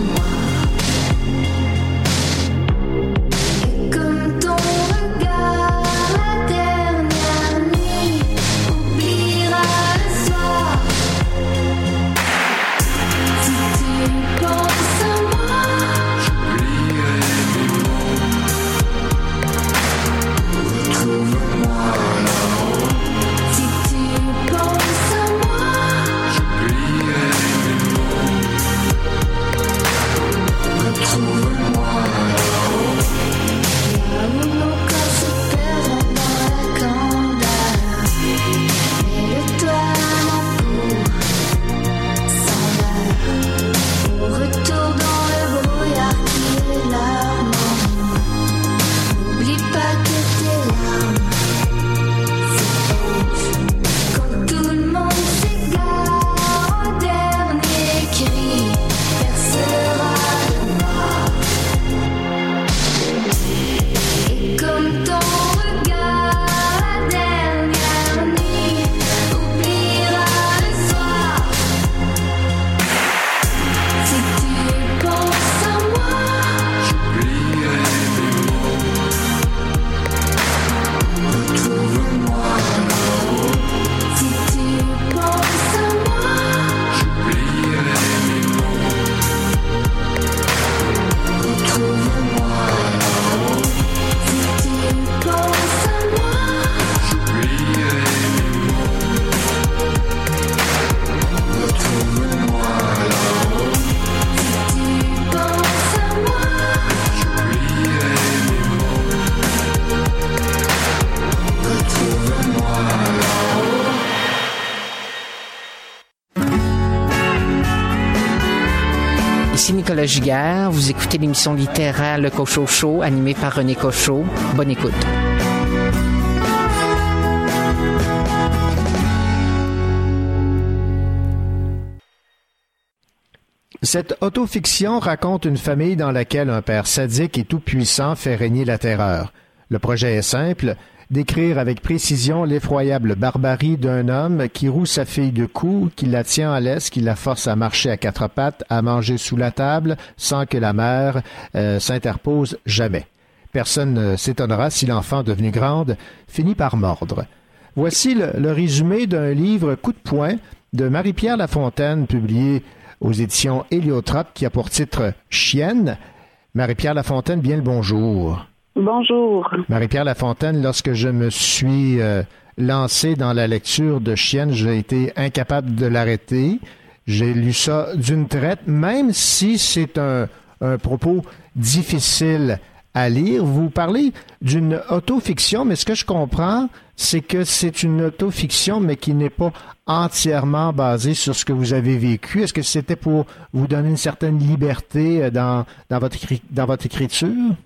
S6: Ici Nicolas Giguère, vous écoutez l'émission littéraire Le Cochot, animée par René Cochot. Bonne écoute.
S2: Cette autofiction raconte une famille dans laquelle un père sadique et tout-puissant fait régner la terreur. Le projet est simple, décrire avec précision l'effroyable barbarie d'un homme qui roue sa fille de coups, qui la tient en laisse, qui la force à marcher à quatre pattes, à manger sous la table, sans que la mère s'interpose jamais. Personne ne s'étonnera si l'enfant, devenue grande, finit par mordre. Voici le résumé d'un livre coup de poing de Marie-Pierre Lafontaine, publié aux éditions Héliotrope, qui a pour titre « Chienne ». Marie-Pierre Lafontaine, bien le bonjour.
S7: Bonjour.
S2: Marie-Pierre Lafontaine, lorsque je me suis lancé dans la lecture de Chienne, j'ai été incapable de l'arrêter. J'ai lu ça d'une traite, même si c'est un propos difficile à lire. Vous parlez d'une autofiction, mais ce que je comprends, c'est que c'est une autofiction, mais qui n'est pas entièrement basée sur ce que vous avez vécu. Est-ce que c'était pour vous donner une certaine liberté dans votre écriture?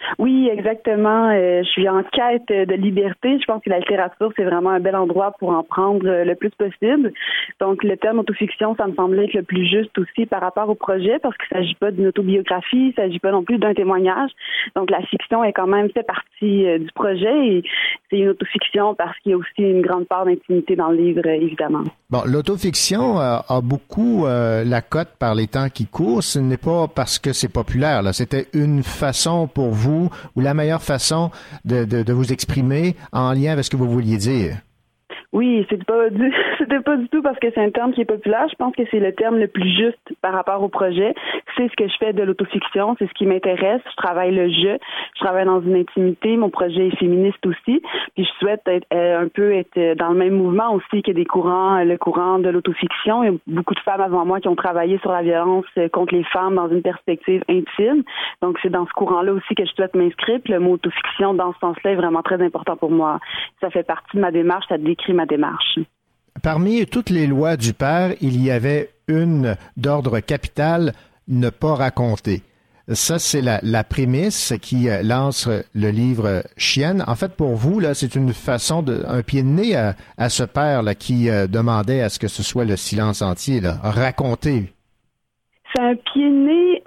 S7: Oui, exactement. Je suis en quête de liberté. Je pense que la littérature, c'est vraiment un bel endroit pour en prendre le plus possible. Donc, le terme autofiction, ça me semblait être le plus juste aussi par rapport au projet, parce qu'il ne s'agit pas d'une autobiographie, il ne s'agit pas non plus d'un témoignage. Donc, la fiction est quand même fait partie du projet et c'est une autofiction parce qu'il y a aussi une grande part d'intimité dans le livre, évidemment.
S2: Bon, l'autofiction a beaucoup la cote par les temps qui courent. Ce n'est pas parce que c'est populaire, là. C'était une façon pour vous, ou la meilleure façon de vous exprimer en lien avec ce que vous vouliez dire.
S7: Oui, c'était pas du tout parce que c'est un terme qui est populaire. Je pense que c'est le terme le plus juste par rapport au projet. C'est ce que je fais de l'autofiction, c'est ce qui m'intéresse. Je travaille le je travaille dans une intimité. Mon projet est féministe aussi. Puis je souhaite être dans le même mouvement aussi que le courant de l'autofiction. Il y a beaucoup de femmes avant moi qui ont travaillé sur la violence contre les femmes dans une perspective intime. Donc c'est dans ce courant-là aussi que je souhaite m'inscrire. Puis le mot autofiction dans ce sens-là est vraiment très important pour moi. Ça fait partie de ma démarche, ça décrit ma démarche.
S2: Parmi toutes les lois du père, il y avait une d'ordre capital, ne pas raconter. Ça, c'est la prémisse qui lance le livre Chienne. En fait, pour vous, là, c'est une façon un pied de nez à ce père là, qui demandait à ce que ce soit le silence entier, là. Raconter.
S7: C'est un pied de nez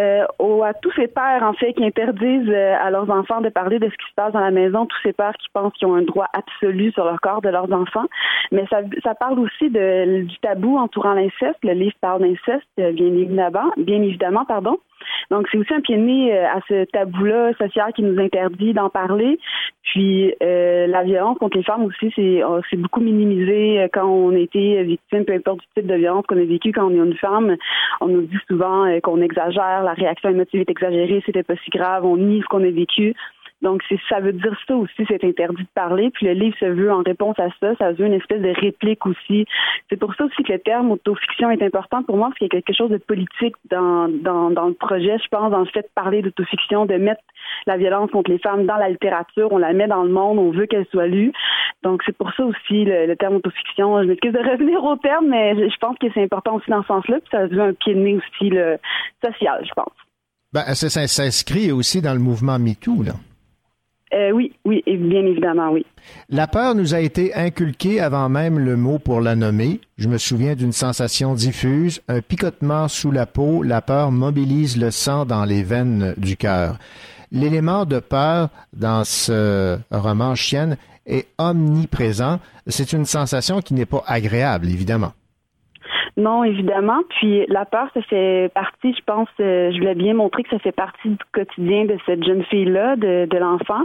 S7: à tous ces pères, en fait, qui interdisent à leurs enfants de parler de ce qui se passe dans la maison, tous ces pères qui pensent qu'ils ont un droit absolu sur le corps de leurs enfants. Mais ça parle aussi du tabou entourant l'inceste. Le livre parle d'inceste, bien évidemment. Donc, c'est aussi un pied de nez à ce tabou-là social qui nous interdit d'en parler. Puis, la violence contre les femmes aussi, c'est beaucoup minimisé quand on a été victime, peu importe du type de violence qu'on a vécu quand on est une femme. On nous dit souvent qu'on exagère, la réaction émotive est exagérée, c'était pas si grave, on nie ce qu'on a vécu. Donc, ça veut dire ça aussi, c'est interdit de parler. Puis le livre se veut en réponse à ça, ça veut une espèce de réplique aussi. C'est pour ça aussi que le terme autofiction est important pour moi, parce qu'il y a quelque chose de politique dans le projet, je pense, dans le fait de parler d'autofiction, de mettre la violence contre les femmes dans la littérature, on la met dans le monde, on veut qu'elle soit lue. Donc, c'est pour ça aussi le terme autofiction. Je m'excuse de revenir au terme, mais je pense que c'est important aussi dans ce sens-là, puis ça veut un pied de nez aussi social, je pense.
S2: Ben, ça s'inscrit aussi dans le mouvement MeToo, là.
S7: Oui, bien évidemment, oui.
S2: La peur nous a été inculquée avant même le mot pour la nommer. Je me souviens d'une sensation diffuse, un picotement sous la peau. La peur mobilise le sang dans les veines du cœur. L'élément de peur dans ce roman Chienne est omniprésent. C'est une sensation qui n'est pas agréable, évidemment.
S7: Non, évidemment. Puis la peur, ça fait partie, je pense, je voulais bien montrer que ça fait partie du quotidien de cette jeune fille-là, de l'enfant.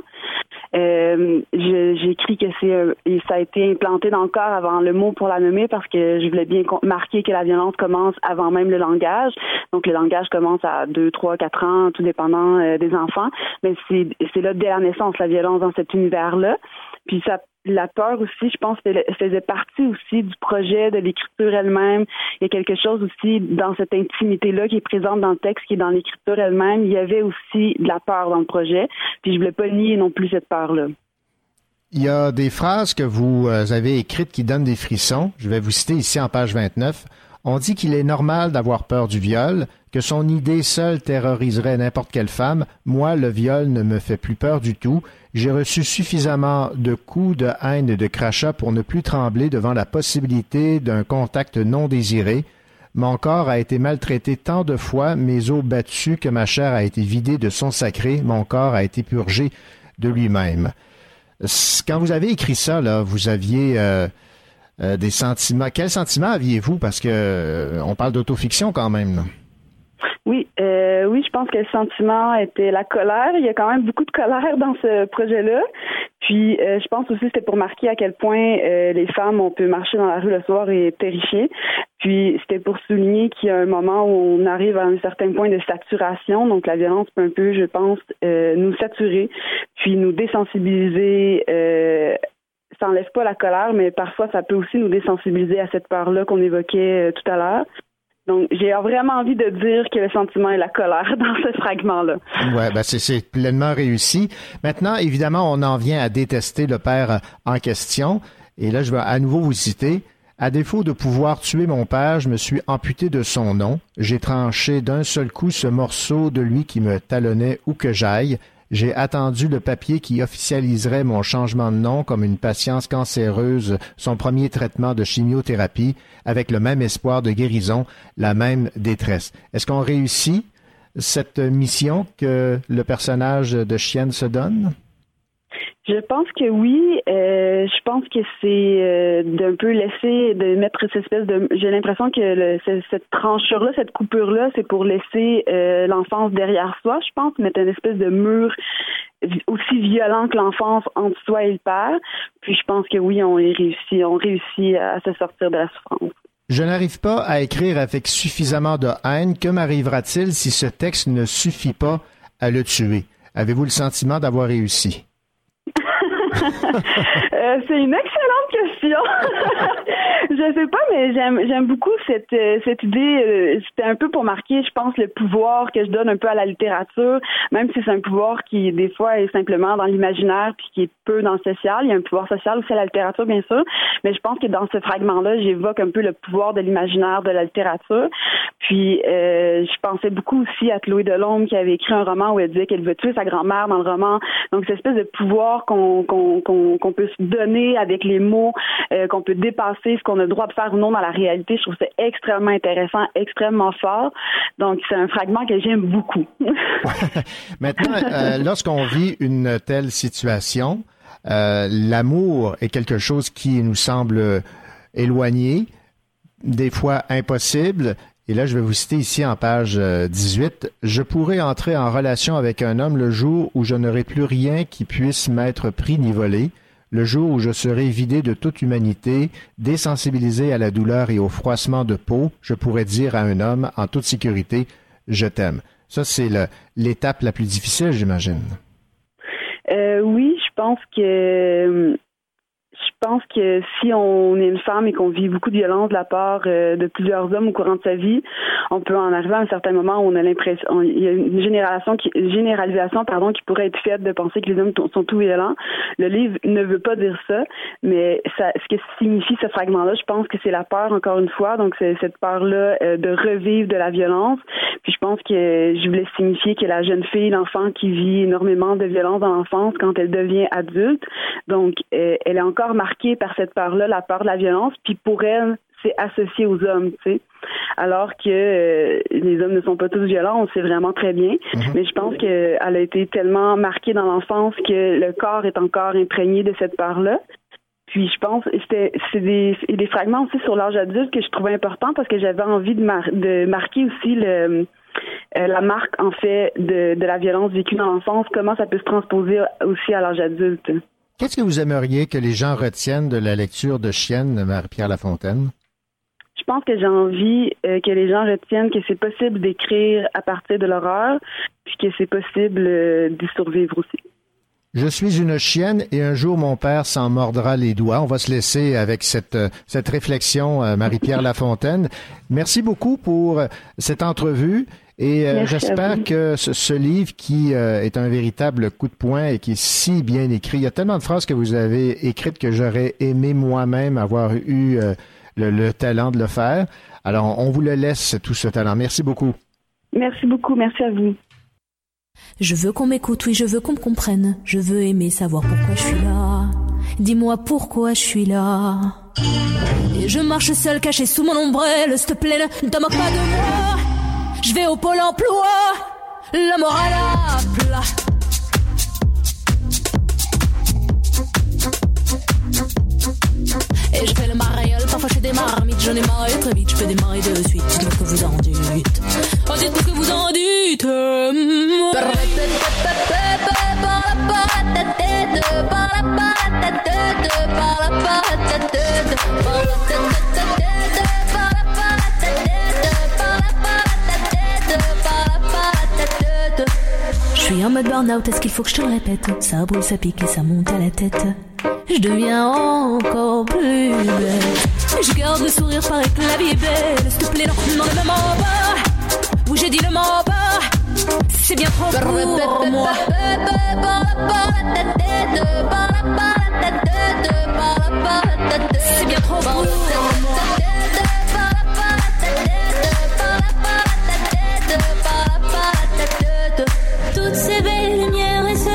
S7: J'écris que ça a été implanté dans le corps avant le mot pour la nommer parce que je voulais bien marquer que la violence commence avant même le langage. Donc le langage commence à 2, 3, 4 ans, tout dépendant des enfants. Mais c'est là dès la naissance, la violence dans cet univers-là. Puis la peur aussi, je pense, faisait partie aussi du projet, de l'écriture elle-même. Il y a quelque chose aussi dans cette intimité-là qui est présente dans le texte, qui est dans l'écriture elle-même. Il y avait aussi de la peur dans le projet. Puis je voulais pas nier non plus cette peur-là.
S2: Il y a des phrases que vous avez écrites qui donnent des frissons. Je vais vous citer ici en page 29. On dit qu'il est normal d'avoir peur du viol, que son idée seule terroriserait n'importe quelle femme. Moi, le viol ne me fait plus peur du tout. J'ai reçu suffisamment de coups, de haine et de crachats pour ne plus trembler devant la possibilité d'un contact non désiré. Mon corps a été maltraité tant de fois, mes os battus, que ma chair a été vidée de son sacré. Mon corps a été purgé de lui-même. Quand vous avez écrit ça, là, vous aviez des sentiments. Quels sentiments aviez-vous? Parce que on parle d'autofiction quand même, là.
S7: Oui, je pense que le sentiment était la colère. Il y a quand même beaucoup de colère dans ce projet-là. Puis, je pense aussi que c'était pour marquer à quel point les femmes, on peut marcher dans la rue le soir et être terrifiées. Puis, c'était pour souligner qu'il y a un moment où on arrive à un certain point de saturation. Donc, la violence peut un peu, je pense, nous saturer, puis nous désensibiliser. Ça n'enlève pas la colère, mais parfois, ça peut aussi nous désensibiliser à cette peur-là qu'on évoquait tout à l'heure. Donc, j'ai vraiment envie de dire que le sentiment est la colère dans ce fragment-là.
S2: Ouais, ben c'est pleinement réussi. Maintenant, évidemment, on en vient à détester le père en question. Et là, je vais à nouveau vous citer. À défaut de pouvoir tuer mon père, je me suis amputé de son nom. J'ai tranché d'un seul coup ce morceau de lui qui me talonnait où que j'aille. J'ai attendu le papier qui officialiserait mon changement de nom comme une patiente cancéreuse, son premier traitement de chimiothérapie, avec le même espoir de guérison, la même détresse. Est-ce qu'on réussit cette mission que le personnage de Chienne se donne?
S7: Je pense que oui. Je pense que c'est d'un peu laisser, de mettre cette espèce de... J'ai l'impression que cette tranchure-là, cette coupure-là, c'est pour laisser l'enfance derrière soi, je pense, mettre une espèce de mur aussi violent que l'enfance entre soi et le père. Puis je pense que oui, on réussit à se sortir de la souffrance.
S2: Je n'arrive pas à écrire avec suffisamment de haine. Que m'arrivera-t-il si ce texte ne suffit pas à le tuer? Avez-vous le sentiment d'avoir réussi?
S7: C'est une excellente question. Je sais pas, mais j'aime beaucoup cette idée. C'était un peu pour marquer, je pense, le pouvoir que je donne un peu à la littérature, même si c'est un pouvoir qui, des fois, est simplement dans l'imaginaire puis qui est peu dans le social. Il y a un pouvoir social aussi à la littérature, bien sûr, mais je pense que dans ce fragment-là, j'évoque un peu le pouvoir de l'imaginaire de la littérature. Puis, je pensais beaucoup aussi à Chloé Delhomme qui avait écrit un roman où elle disait qu'elle veut tuer sa grand-mère dans le roman. Donc, cette espèce de pouvoir qu'on peut se donner avec les mots, qu'on peut dépasser ce qu'on a le droit de faire ou non dans la réalité. Je trouve ça extrêmement intéressant, extrêmement fort. Donc, c'est un fragment que j'aime beaucoup.
S2: Maintenant, lorsqu'on vit une telle situation, l'amour est quelque chose qui nous semble éloigné, des fois impossible. Et là, je vais vous citer ici en page 18. « Je pourrais entrer en relation avec un homme le jour où je n'aurai plus rien qui puisse m'être pris ni volé, le jour où je serai vidé de toute humanité, désensibilisé à la douleur et au froissement de peau, je pourrais dire à un homme en toute sécurité, je t'aime. » Ça, c'est l'étape la plus difficile, j'imagine.
S7: Oui, je pense que si on est une femme et qu'on vit beaucoup de violence de la part de plusieurs hommes au courant de sa vie, on peut en arriver à un certain moment où on a l'impression, il y a une généralisation qui pourrait être faite de penser que les hommes sont tout violents. Le livre ne veut pas dire ça, mais ce que signifie ce fragment-là, je pense que c'est la peur, encore une fois. Donc, c'est cette peur-là de revivre de la violence. Puis, je pense que je voulais signifier que la jeune fille, l'enfant qui vit énormément de violence dans l'enfance quand elle devient adulte, donc, elle est encore marquée par cette peur-là, la peur de la violence, puis pour elle, c'est associé aux hommes, tu sais. Alors que les hommes ne sont pas tous violents, on sait vraiment très bien. Mais je pense qu'elle a été tellement marquée dans l'enfance que le corps est encore imprégné de cette peur-là. Puis je pense c'est des fragments aussi sur l'âge adulte que je trouvais important parce que j'avais envie de marquer aussi la marque, en fait, de la violence vécue dans l'enfance, comment ça peut se transposer aussi à l'âge adulte.
S2: Qu'est-ce que vous aimeriez que les gens retiennent de la lecture de Chienne de Marie-Pierre Lafontaine?
S7: Je pense que j'ai envie que les gens retiennent que c'est possible d'écrire à partir de l'horreur, puis que c'est possible d'y survivre aussi.
S2: Je suis une chienne et un jour mon père s'en mordra les doigts. On va se laisser avec cette réflexion, Marie-Pierre Lafontaine. Merci beaucoup pour cette entrevue et j'espère que ce livre qui est un véritable coup de poing et qui est si bien écrit, il y a tellement de phrases que vous avez écrites que j'aurais aimé moi-même avoir eu le talent de le faire. Alors, on vous le laisse, tout ce talent. Merci beaucoup.
S7: Merci beaucoup. Merci à vous.
S9: Je veux qu'on m'écoute, oui, je veux qu'on me comprenne. Je veux aimer savoir pourquoi je suis là. Dis-moi pourquoi je suis là. Et je marche seule, cachée sous mon ombrelle. S'il te plaît, ne te moque pas de moi. Je vais au pôle emploi, la morale à plat. Et je fais le mariole, parfois je fais des marmites. J'en ai marre très vite, je peux démarrer de suite. Dites-moi ce que vous en dites. Oh, dites-moi ce que vous en dites. Je suis en mode burn-out, est-ce qu'il faut que je te le répète? Ça brûle, ça pique et ça monte à la tête. Je deviens encore plus belle. Je garde le sourire, paraît que la vie est belle. S'il te plaît, non, ne me mens pas. Oui, j'ai dit le mens pas. C'est bien trop pour moi. C'est bien trop pour moi. Toutes ces belles lumières et ce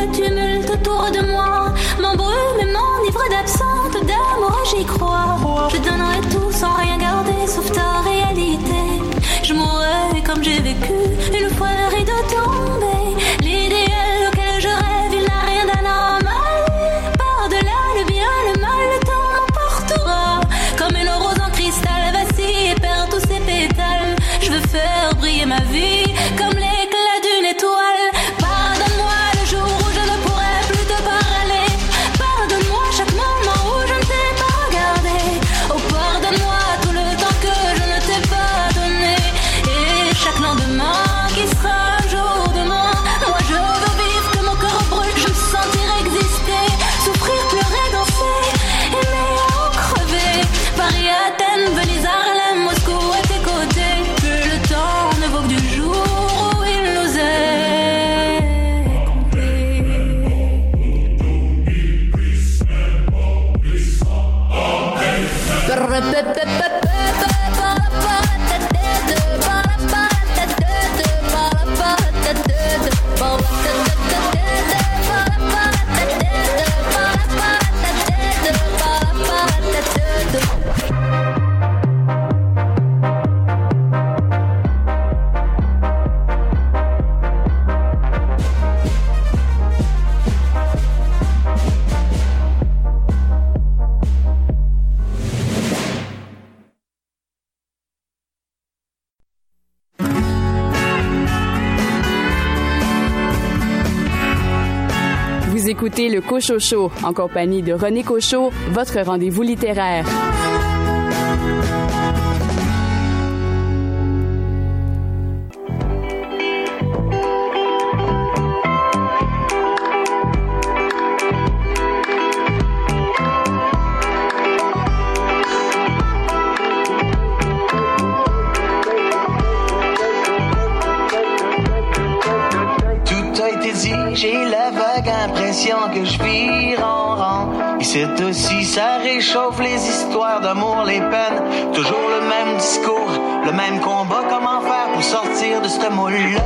S9: briller ma vie comme l'éclat d'une étoile. Pardonne-moi le jour où je ne pourrai plus te parler. Pardonne-moi chaque moment où je ne t'ai pas regardé. Oh, pardonne-moi tout le temps que je ne t'ai pas donné. Et chaque lendemain qui sera un jour de moins. Moi je veux vivre que mon cœur brûle, je me sentir exister. Souffrir, pleurer, danser, aimer ou crever. Paris, Athènes, Venise, Harlem, Moscou à tes côtés. Que le temps ne vaut que du jour où il nous est
S1: Vous écoutez le Cochocho en compagnie de René Cochot, votre rendez-vous littéraire.
S8: J'ai la vague impression que je vire en rang. Ici aussi ça réchauffe les histoires d'amour, les peines. Toujours le même discours, le même combat. Comment faire pour sortir de ce moule-là?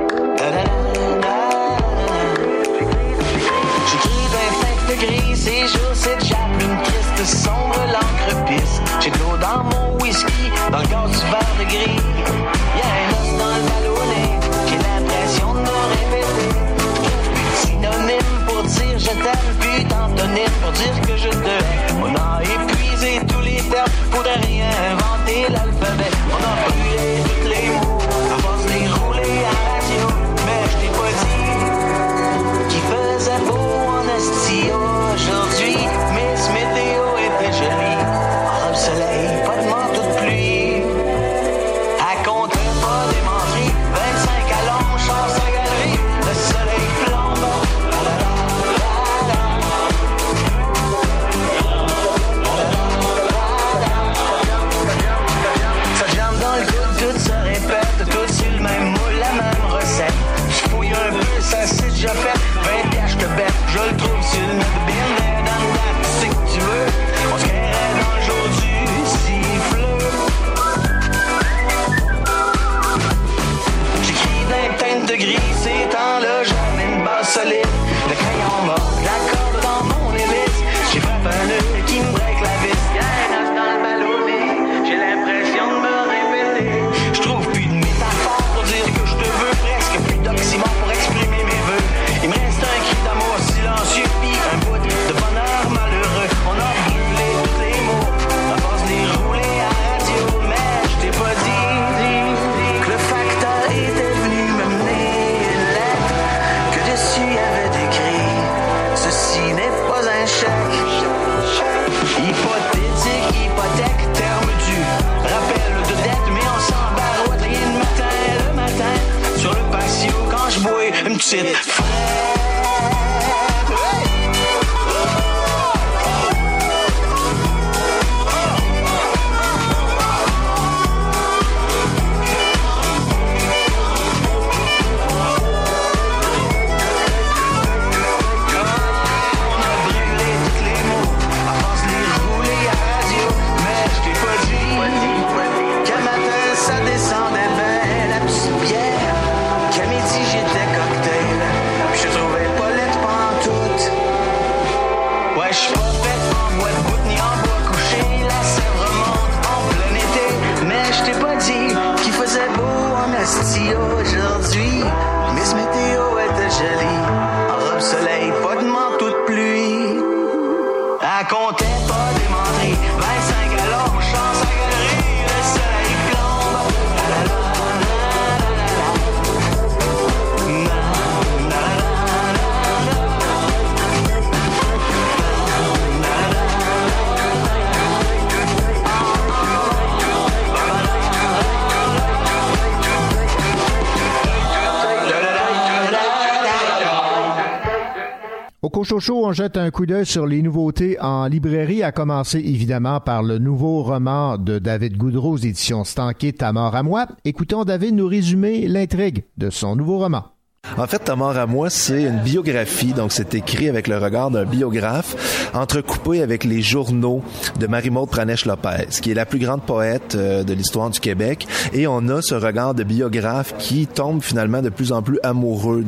S8: J'écris d'un fête de gris, ces jours, cette chape, une triste sombre, l'encre pisse. J'ai de l'eau dans mon whisky, dans le gaz du verre de gris. Y'a un os dans le ballonnet, j'ai l'impression de me répéter. Synonyme pour dire je t'aime, puis d'antonyme pour dire que je te. On a épuisé tous les termes, faudrait réinventer l'alphabet. On a brûlé tous les mots, à force de les rouler à radio. Mais je t'ai pas dit qu'il faisait beau en esti aujourd'hui. Miss Météo était jolie, en robe soleil, pas de manteau de pluie. À compte pas des menteries, 25 à Longchamp sans galerie, le soleil flambe. Tout se répète, tout sur le même moule, la même recette. Je fouille un peu, ça c'est déjà fait. 20 piastres, je te bête, je le trouve sur le net. Bien dans le date, tu sais que tu veux. On se créerait dans le jour du siffleux. J'écris d'un teinte de gris, ces temps-là, j'avais une base solide. Le crayon mort, la corde dans mon hélice. J'ai frappé un nœud qui me break la vis. Y'a un os dans le ballonnet, j'ai l'impression de me répéter. Je trouve plus de métaphore pour dire que je te veux, presque plus d'oxymore pour exprimer mes vœux. Il me reste un cri d'amour silencieux, puis un bout de bonheur malheureux. On a brûlé tous les mots, à force de les rouler à radio. Mais je t'ai pas dit que le facteur était venu me mener une lettre, que dessus y avait écrit ceci n'est pas un chèque. Hypothétique, hypothèque, terme dû. Rappel de dette, mais on s'embaroute rien le matin, sur le patio quand je bois une petite fraise. Ça descendait ben la petite bière, qu'à midi j'étais cocktail, puis je trouvais
S2: Au Cochocho, on jette un coup d'œil sur les nouveautés en librairie, à commencer évidemment par le nouveau roman de David Goudreau aux éditions Stanquet, Ta mort à moi. Écoutons David nous résumer l'intrigue de son nouveau roman.
S4: En fait, Ta mort à moi, c'est une biographie, donc c'est écrit avec le regard d'un biographe, entrecoupé avec les journaux de Marie-Maude Pranèche-Lopez, qui est la plus grande poète de l'histoire du Québec. Et on a ce regard de biographe qui tombe finalement de plus en plus amoureux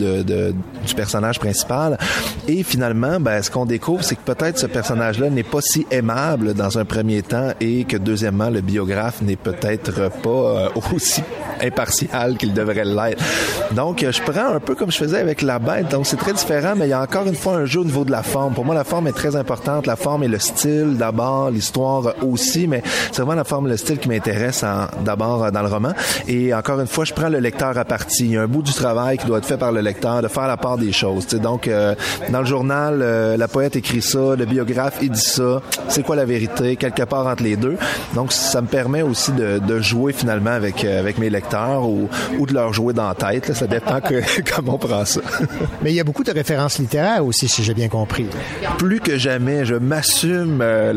S4: du personnage principal. Et finalement, ce qu'on découvre, c'est que peut-être ce personnage-là n'est pas si aimable dans un premier temps et que deuxièmement, le biographe n'est peut-être pas aussi impartial qu'il devrait l'être. Donc, je prends un peu comme je faisais avec La Bête, donc c'est très différent, mais il y a encore une fois un jeu au niveau de la forme. Pour moi, la forme est très importante. La forme et le style d'abord, l'histoire aussi, mais c'est vraiment la forme et le style qui m'intéresse d'abord dans le roman. Et encore une fois, je prends le lecteur à partie. Il y a un bout du travail qui doit être fait par le lecteur, de faire la part des choses. T'sais. Donc, dans le journal, la poète écrit ça, le biographe, il dit ça. C'est quoi la vérité? Quelque part entre les deux. Donc, ça me permet aussi de jouer finalement avec mes lecteurs ou de leur jouer dans la tête. Là. Ça dépend comment on prend ça.
S2: Mais il y a beaucoup de références littéraires aussi, si j'ai bien compris.
S4: Plus que jamais, je m'assume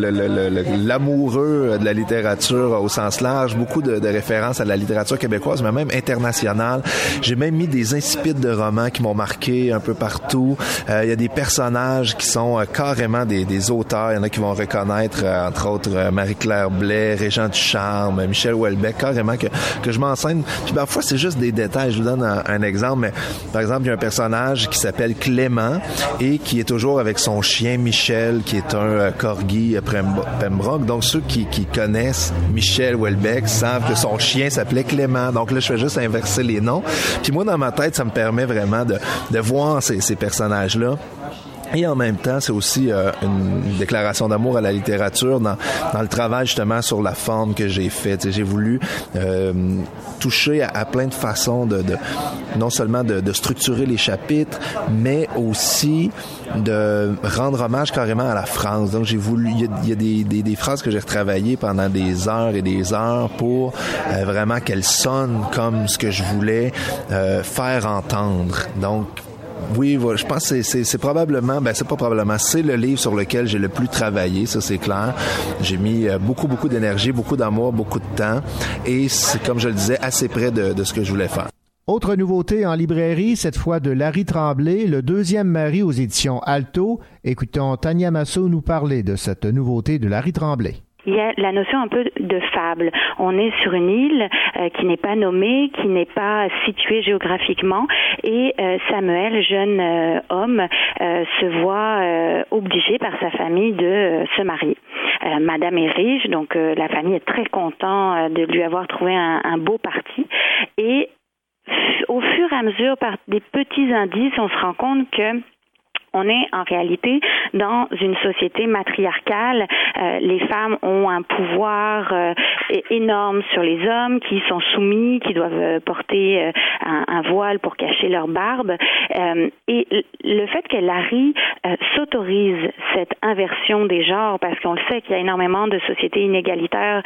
S4: l'amoureux de la littérature au sens large. Beaucoup de références à la littérature québécoise, mais même internationale. J'ai même mis des insipides de romans qui m'ont marqué un peu partout. Il y a des personnages qui sont carrément des auteurs. Il y en a qui vont reconnaître, entre autres, Marie-Claire Blais, Régent Ducharme, Michel Houellebecq, carrément que je m'enseigne. Puis parfois, c'est juste des détails. Je vous donne un exemple, mais par exemple, il y a un personnage qui s'appelle Clément et qui est toujours avec son chien Michel, qui est un corgi Pembroke. Donc, ceux qui connaissent Michel Houellebecq savent que son chien s'appelait Clément. Donc là, je fais juste inverser les noms. Puis moi, dans ma tête, ça me permet vraiment de voir ces personnages-là. Et en même temps, c'est aussi une déclaration d'amour à la littérature dans le travail justement sur la forme que j'ai fait. J'ai voulu toucher à plein de façons de non seulement de structurer les chapitres, mais aussi de rendre hommage carrément à la phrase. Donc j'ai voulu, il y a des phrases que j'ai retravaillées pendant des heures et des heures pour vraiment qu'elles sonnent comme ce que je voulais faire entendre. Donc oui, je pense que c'est probablement, c'est le livre sur lequel j'ai le plus travaillé, ça c'est clair. J'ai mis beaucoup d'énergie, beaucoup d'amour, beaucoup de temps et c'est, comme je le disais, assez près de ce que je voulais faire.
S2: Autre nouveauté en librairie, cette fois de Larry Tremblay, Le deuxième mari aux éditions Alto. Écoutons Tania Massot nous parler de cette nouveauté de Larry Tremblay.
S10: Il y a la notion un peu de fable. On est sur une île qui n'est pas nommée, qui n'est pas située géographiquement, et Samuel, jeune homme, se voit obligé par sa famille de se marier. Madame est riche, donc la famille est très contente de lui avoir trouvé un beau parti, et au fur et à mesure, par des petits indices, on se rend compte que on est en réalité dans une société matriarcale. Les femmes ont un pouvoir énorme sur les hommes qui sont soumis, qui doivent porter un voile pour cacher leur barbe. Et le fait que Larry s'autorise cette inversion des genres, parce qu'on le sait qu'il y a énormément de sociétés inégalitaires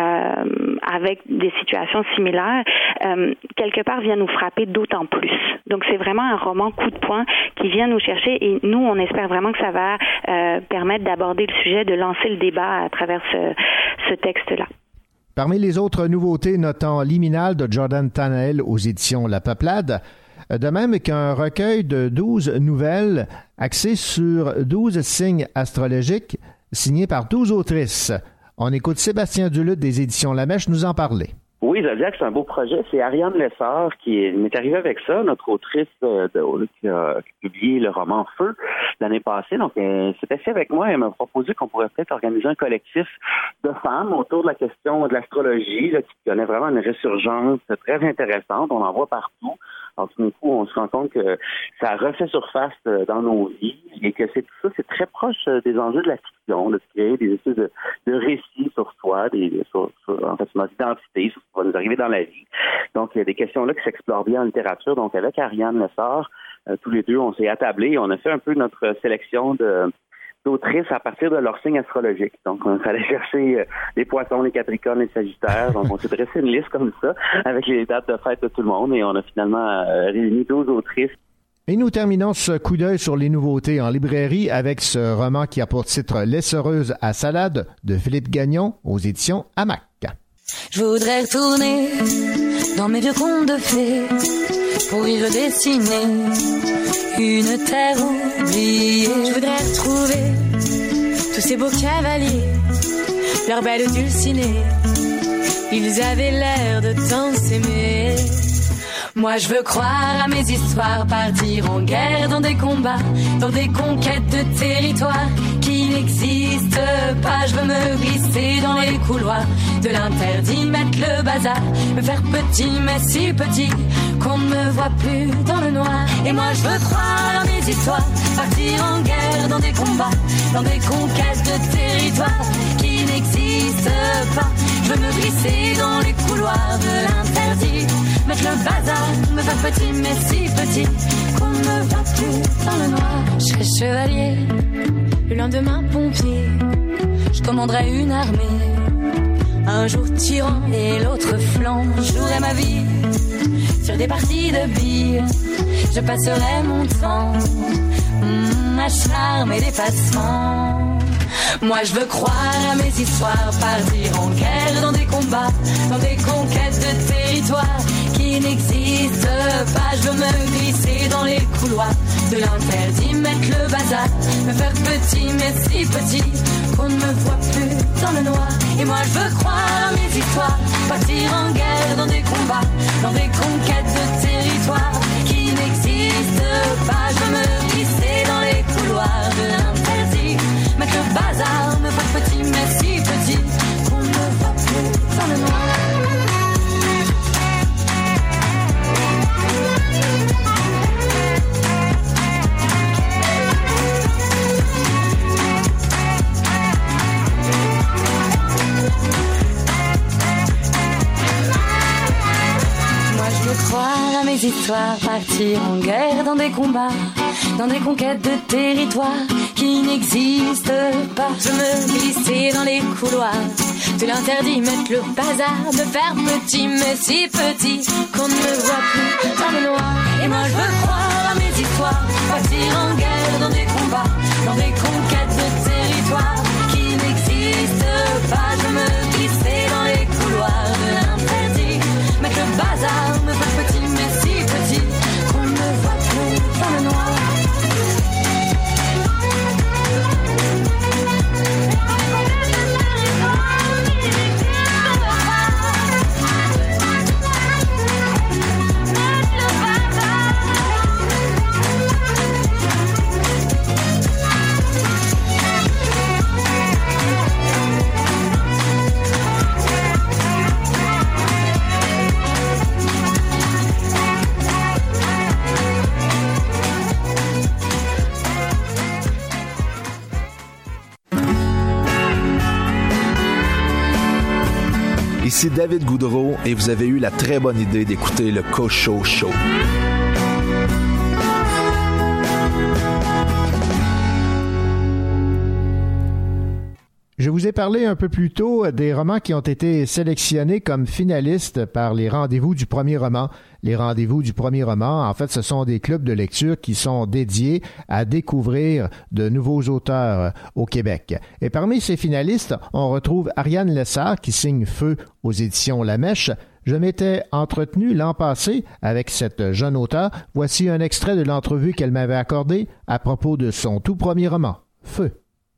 S10: avec des situations similaires, quelque part vient nous frapper d'autant plus. Donc c'est vraiment un roman coup de poing qui vient nous chercher, et nous, on espère vraiment que ça va permettre d'aborder le sujet, de lancer le débat à travers ce texte-là.
S2: Parmi les autres nouveautés, notons Liminal de Jordan Tannehill aux éditions La Peuplade, de même qu'un recueil de 12 nouvelles axées sur 12 signes astrologiques signées par 12 autrices. On écoute Sébastien Duluth des éditions La Mèche nous en parler.
S23: Oui, Zodiac, c'est un beau projet. C'est Ariane Lessard qui m'est arrivée avec ça, notre autrice qui a publié le roman Feu l'année passée. Donc, elle s'est assise avec moi et elle m'a proposé qu'on pourrait peut-être organiser un collectif de femmes autour de la question de l'astrologie, là, qui connaît vraiment une résurgence très intéressante. On en voit partout. Alors, tout d'un coup, on se rend compte que ça refait surface dans nos vies et que c'est très proche des enjeux de la fiction, de créer des espèces de récits sur soi, sur notre identité, sur ce qui va nous arriver dans la vie. Donc, il y a des questions-là qui s'explorent bien en littérature. Donc, avec Ariane Lessard, tous les deux, on s'est attablés et on a fait un peu notre sélection d'autrices à partir de leur signe astrologique. Donc, on fallait chercher les poissons, les capricornes, les sagittaires. Donc, on s'est dressé une liste comme ça avec les dates de fête de tout le monde et on a finalement réuni 12 autrices
S2: Et nous terminons ce coup d'œil sur les nouveautés en librairie avec ce roman qui a pour titre L'essoreuse à salade de Philippe Gagnon aux éditions Hamac.
S11: Je voudrais retourner dans mes vieux contes de fées pour y redessiner une terre oubliée. Je voudrais retrouver tous ces beaux cavaliers, leurs belles dulcinées. Ils avaient l'air de tant s'aimer. Moi je veux croire à mes histoires, partir en guerre dans des combats, dans des conquêtes de territoires qui n'existent pas. Je veux me glisser dans les couloirs de l'interdit, mettre le bazar, me faire petit mais si petit qu'on ne me voit plus dans le noir. Et moi je veux croire à mes histoires, partir en guerre dans des combats, dans des conquêtes de territoires qui n'existent pas. Je veux me glisser dans les couloirs de l'interdit, mettre le bazar, me faire petit mais si petit qu'on ne me voit plus dans le noir. Je serai chevalier, le lendemain pompier, je commanderai une armée, un jour tyran et l'autre flanc. Je jouerai ma vie sur des parties de billes, je passerai mon temps à charme et dépassement. Moi je veux croire à mes histoires, partir en guerre dans des combats, dans des conquêtes de territoires qui n'existent pas. Je veux me glisser dans les couloirs de l'interdit, mettre le bazar, me faire petit mais si petit qu'on ne me voit plus dans le noir. Et moi je veux croire à mes histoires, partir en guerre dans des combats, dans des conquêtes de territoires qui n'existent pas. Je veux me glisser dans les couloirs de l'interdit, mettre le bazar, me faire petit mais si petit qu'on ne me voit plus dans le noir. Croire à mes histoires, partir en guerre dans des combats, dans des conquêtes de territoires qui n'existent pas. Je me glisser dans les couloirs de l'interdit, mettre le bazar, me faire petit mais si petit qu'on ne me voit plus dans le noir. Et moi je veux croire à mes histoires, partir en guerre dans des combats, dans des conquêtes de territoires qui n'existent pas. Je me glisser dans les couloirs de l'interdit, mettre le bazar, me faire petit mais si petit qu'on ne me voit plus dans le noir.
S4: Ici David Goudreau et vous avez eu la très bonne idée d'écouter le Cochot Show.
S2: Je vous ai parlé un peu plus tôt des romans qui ont été sélectionnés comme finalistes par les rendez-vous du premier roman. Les rendez-vous du premier roman, en fait, ce sont des clubs de lecture qui sont dédiés à découvrir de nouveaux auteurs au Québec. Et parmi ces finalistes, on retrouve Ariane Lessard qui signe Feu aux éditions La Mèche. Je m'étais entretenu l'an passé avec cette jeune auteure. Voici un extrait de l'entrevue qu'elle m'avait accordée à propos de son tout premier roman, Feu.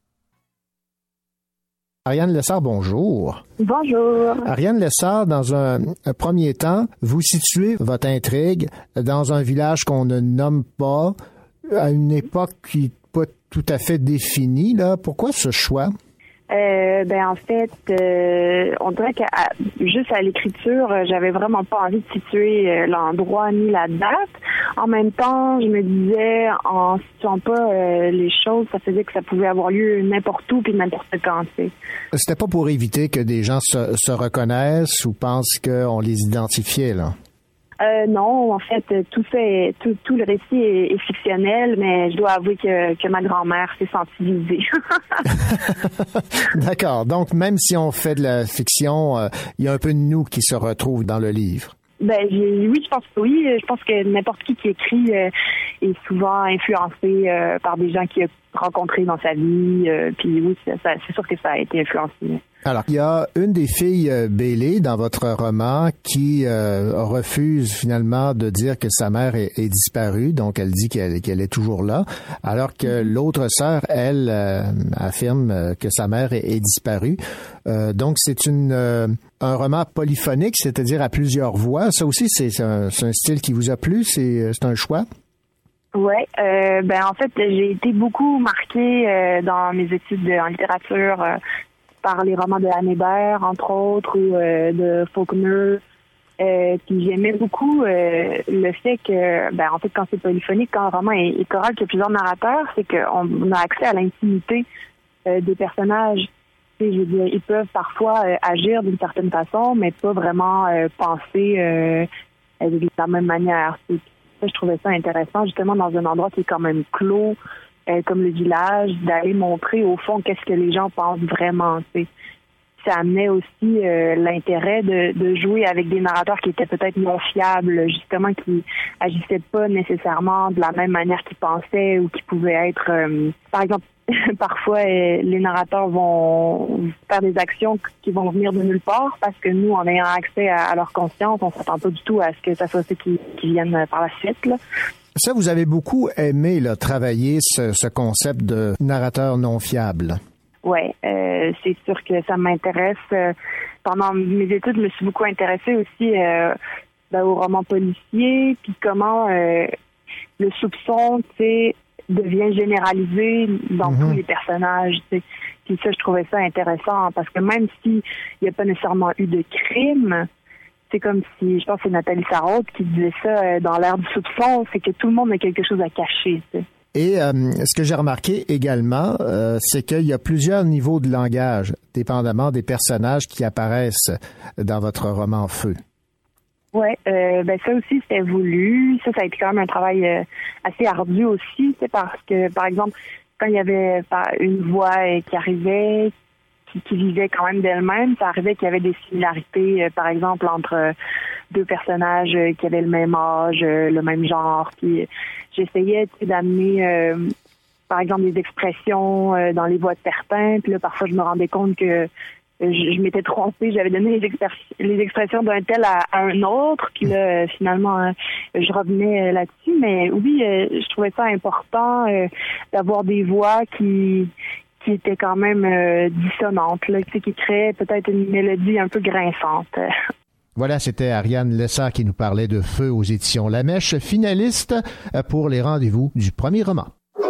S2: Ariane Lessard, bonjour.
S7: Bonjour.
S2: Ariane Lessard, dans un premier temps, vous situez votre intrigue dans un village qu'on ne nomme pas, à une époque qui n'est pas tout à fait définie. Là. Pourquoi ce choix?
S7: En fait, on dirait que juste à l'écriture, j'avais vraiment pas envie de situer l'endroit ni la date. En même temps, je me disais, en situant pas les choses, ça faisait que ça pouvait avoir lieu n'importe où puis n'importe quand.
S2: C'était pas pour éviter que des gens se reconnaissent ou pensent qu'on les identifiait, là?
S7: Non, en fait, tout le récit est fictionnel, mais je dois avouer que ma grand-mère s'est sentie visée.
S2: D'accord. Donc, même si on fait de la fiction, il y a un peu de nous qui se retrouve dans le livre.
S5: Oui, je pense que oui. Je pense que n'importe qui écrit est souvent influencé par des gens qu'il a rencontrés dans sa vie. Puis oui, c'est sûr que ça a été influencé.
S2: Alors, il y a une des filles Bailey dans votre roman qui refuse finalement de dire que sa mère est disparue, donc elle dit qu'elle est toujours là, alors que l'autre sœur, elle, affirme que sa mère est disparue. Donc, c'est un roman polyphonique, c'est-à-dire à plusieurs voix. Ça aussi, c'est un style qui vous a plu, c'est un choix?
S5: Ouais, en fait, j'ai été beaucoup marquée dans mes études en littérature par les romans de Anne Hébert, entre autres, ou de Faulkner. Puis j'aimais beaucoup le fait que, en fait, quand c'est polyphonique, quand un roman est choral, qu'il y a plusieurs narrateurs, c'est qu'on a accès à l'intimité des personnages. Tu sais, je veux dire, ils peuvent parfois agir d'une certaine façon, mais pas vraiment penser de la même manière. Ça, je trouvais ça intéressant, justement, dans un endroit qui est quand même clos, comme le village, d'aller montrer au fond qu'est-ce que les gens pensent vraiment. T'sais. Ça amenait aussi l'intérêt de jouer avec des narrateurs qui étaient peut-être non fiables, justement, qui agissaient pas nécessairement de la même manière qu'ils pensaient ou qui pouvaient être, par exemple, parfois les narrateurs vont faire des actions qui vont venir de nulle part parce que nous, en ayant accès à leur conscience, on s'attend pas du tout à ce que ça soit ceux qui viennent par la suite, là.
S2: Ça, vous avez beaucoup aimé là, travailler ce concept de narrateur non fiable.
S5: Ouais, c'est sûr que ça m'intéresse. Pendant mes études, je me suis beaucoup intéressée aussi au roman policier, puis comment le soupçon, tu sais, devient généralisé dans tous les personnages. Tu sais. Puis ça, je trouvais ça intéressant parce que même s'il n'y a pas nécessairement eu de crime, c'est comme si, je pense que c'est Nathalie Sarraute qui disait ça dans l'ère du soupçon, c'est que tout le monde a quelque chose à cacher. Tu sais.
S2: Et ce que j'ai remarqué également, c'est qu'il y a plusieurs niveaux de langage, dépendamment des personnages qui apparaissent dans votre roman Feu.
S5: Ouais, ça aussi c'était voulu. Ça a été quand même un travail assez ardu aussi, parce que, par exemple, quand il y avait une voix qui arrivait, qui vivait quand même d'elle-même, ça arrivait qu'il y avait des similarités, par exemple, entre deux personnages qui avaient le même âge, le même genre. Puis j'essayais d'amener, par exemple, des expressions dans les voix de certains. Puis là, parfois, je me rendais compte que je m'étais trompée. J'avais donné les expressions d'un tel à un autre. Puis là, finalement, je revenais là-dessus. Mais oui, je trouvais ça important d'avoir des voix qui étaient quand même dissonantes, là, qui créaient peut-être une mélodie un peu grinçante.
S2: Voilà, c'était Ariane Lessard qui nous parlait de Feu aux éditions La Mèche, finaliste pour les rendez-vous du premier roman.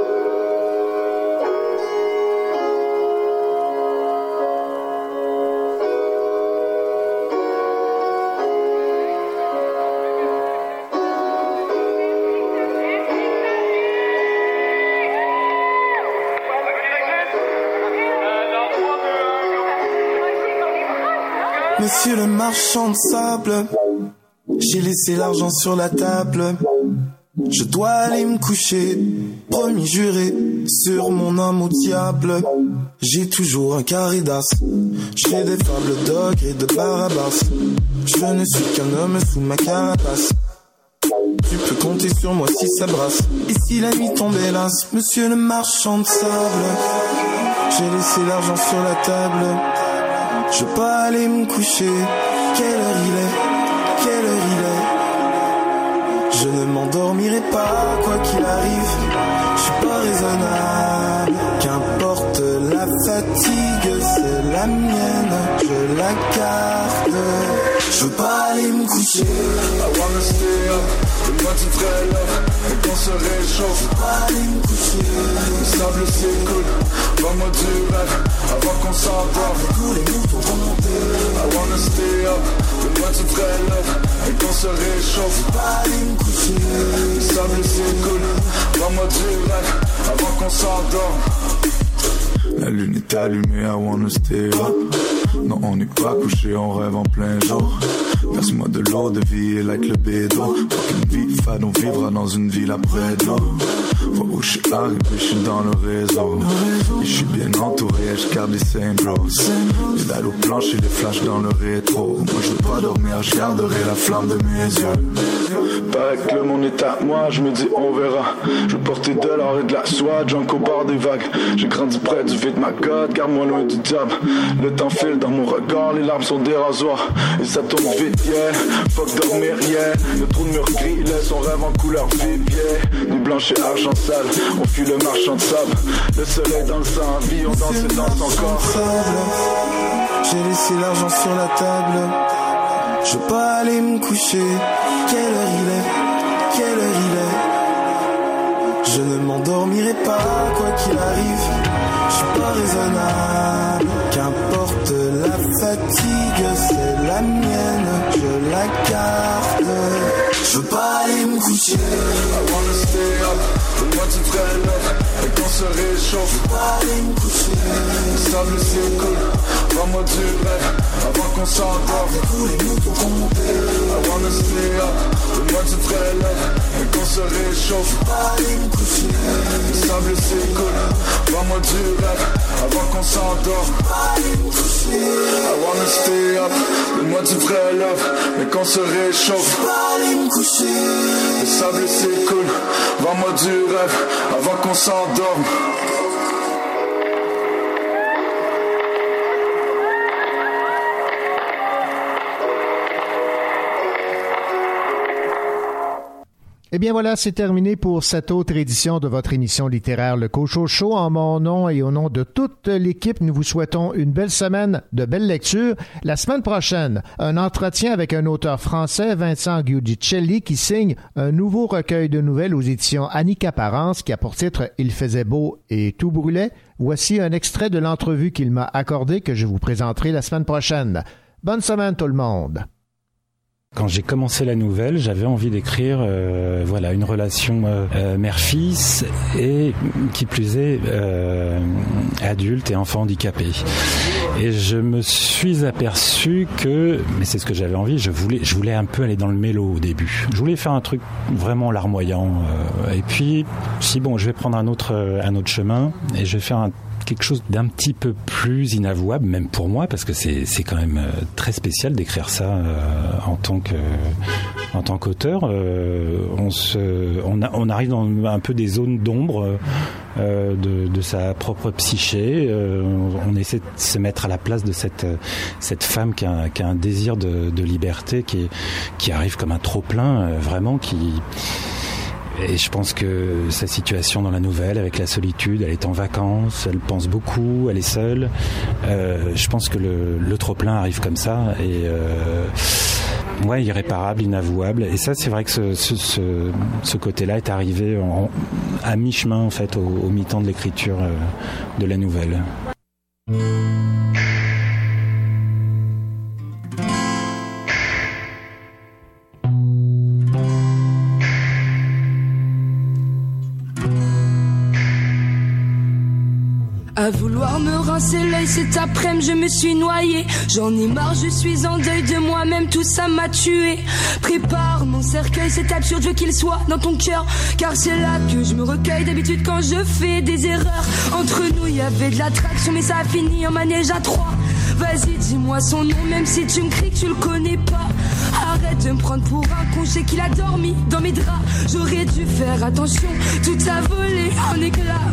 S12: Monsieur le marchand de sable, j'ai laissé l'argent sur la table. Je dois aller me coucher, promis juré, sur mon âme au diable. J'ai toujours un carré d'as, j'ai des fables d'ogre et de Barabbas. Je ne suis qu'un homme sous ma carapace. Tu peux compter sur moi si ça brasse. Et si la nuit tombe hélas, monsieur le marchand de sable, j'ai laissé l'argent sur la table. Je veux pas aller me coucher. Quelle heure il est? Quelle heure il est? Je ne m'endormirai pas quoi qu'il arrive. Je suis pas raisonnable. Qu'importe la fatigue, c'est la mienne. Je la garde. Je veux pas aller me coucher.
S3: I wanna stay up, le mois du très love, et qu'on se réchauffe.
S12: Je veux pas aller me coucher.
S3: Le sable c'est cool, vends-moi du rêve, avant qu'on s'endorme.
S12: Tous les mots pour remonter.
S3: I wanna stay up, le mois du très love, et qu'on se réchauffe.
S12: Je veux pas aller me coucher.
S3: Le sable c'est cool, vends-moi du rêve, avant qu'on s'endorme.
S12: La lune est allumée, I wanna stay up. Non, on n'est pas couché, on rêve en plein jour. Verse-moi de l'eau de vie, like le bédo. Fucking vie fade, on vivra dans une ville après de l'eau. Vois où je suis arrivé, je suis dans le réseau. Et je suis bien entouré, je garde les same bros. Les dalles au plancher, les flashs dans le rétro. Moi je veux pas dormir, je garderai la flamme de mes yeux. Paraît que le monde est à moi, je me dis on verra. Je veux porter de l'or et de la soie, junk au bord des vagues. J'ai grandi près du vide, ma god, garde-moi loin du diable. Le temps file dans mon regard, les larmes sont des rasoirs. Et ça tourne vite, yeah, fuck dormir, yeah. Le trou de mur gris, laisse son rêve en couleur vive, yeah. Nuit blanche et argent sale, on fuit le marchand de sable. Le soleil dans le sang, vie, on danse et danse encore. J'ai laissé l'argent sur la table. Je veux pas aller me coucher. Quelle heure il est? Quelle heure il est? Je ne m'endormirai pas quoi qu'il arrive. Je suis pas raisonnable. Qu'importe la fatigue, c'est la mienne. Je la garde. Je veux pas aller me coucher.
S3: I wanna stay up. Donne-moi du vrai love. Et qu'on se réchauffe.
S12: Je veux pas aller me coucher.
S3: Le sable c'est cool. Vends-moi du rêve. Avant qu'on s'endorme.
S12: Tous les mots pour monter.
S3: I wanna stay up. Donne-moi du vrai love. Et qu'on se réchauffe.
S12: Je veux pas aller me coucher.
S3: Le sable c'est cool. Vends-moi du rêve. Avant qu'on s'endorme.
S12: Je veux pas aller me coucher.
S3: I wanna stay up. Donne-moi du vrai love. Mais qu'on se réchauffe.
S12: Je veux pas aller me coucher.
S3: Le sable c'est cool. Vends-moi du rêve. Avant qu'on s'endorme.
S2: Eh bien voilà, c'est terminé pour cette autre édition de votre émission littéraire Le Cochocho. En mon nom et au nom de toute l'équipe, nous vous souhaitons une belle semaine de belles lectures. La semaine prochaine, un entretien avec un auteur français, Vincent Giudicelli, qui signe un nouveau recueil de nouvelles aux éditions Annick Apparence qui a pour titre « Il faisait beau et tout brûlait ». Voici un extrait de l'entrevue qu'il m'a accordée que je vous présenterai la semaine prochaine. Bonne semaine tout le monde!
S13: Quand j'ai commencé la nouvelle, j'avais envie d'écrire une relation mère-fils et qui plus est adulte et enfant handicapé. Et je me suis aperçu que, mais c'est ce que j'avais envie, je voulais un peu aller dans le mélo au début. Je voulais faire un truc vraiment larmoyant. Et puis, je vais prendre un autre chemin et je vais faire quelque chose d'un petit peu plus inavouable, même pour moi, parce que c'est quand même très spécial d'écrire ça en tant qu'auteur. On arrive dans un peu des zones d'ombre de sa propre psyché. On essaie de se mettre à la place de cette femme qui a un désir de liberté qui arrive comme un trop-plein, vraiment Et je pense que sa situation dans la nouvelle, avec la solitude, elle est en vacances, elle pense beaucoup, elle est seule. Je pense que le trop-plein arrive comme ça et irréparable, inavouable. Et ça, c'est vrai que ce côté-là est arrivé à mi-chemin en fait, au mi-temps de l'écriture de la nouvelle.
S14: À vouloir me rincer l'œil cet après-midi je me suis noyée. J'en ai marre, je suis en deuil de moi-même, tout ça m'a tué. Prépare mon cercueil, c'est absurde, je veux qu'il soit dans ton cœur, car c'est là que je me recueille d'habitude quand je fais des erreurs. Entre nous il y avait de l'attraction mais ça a fini en manège à trois. Vas-y dis-moi son nom même si tu me cries que tu le connais pas. Arrête de me prendre pour un con, je sais qu'il a dormi dans mes draps. J'aurais dû faire attention, tout a volé en éclats.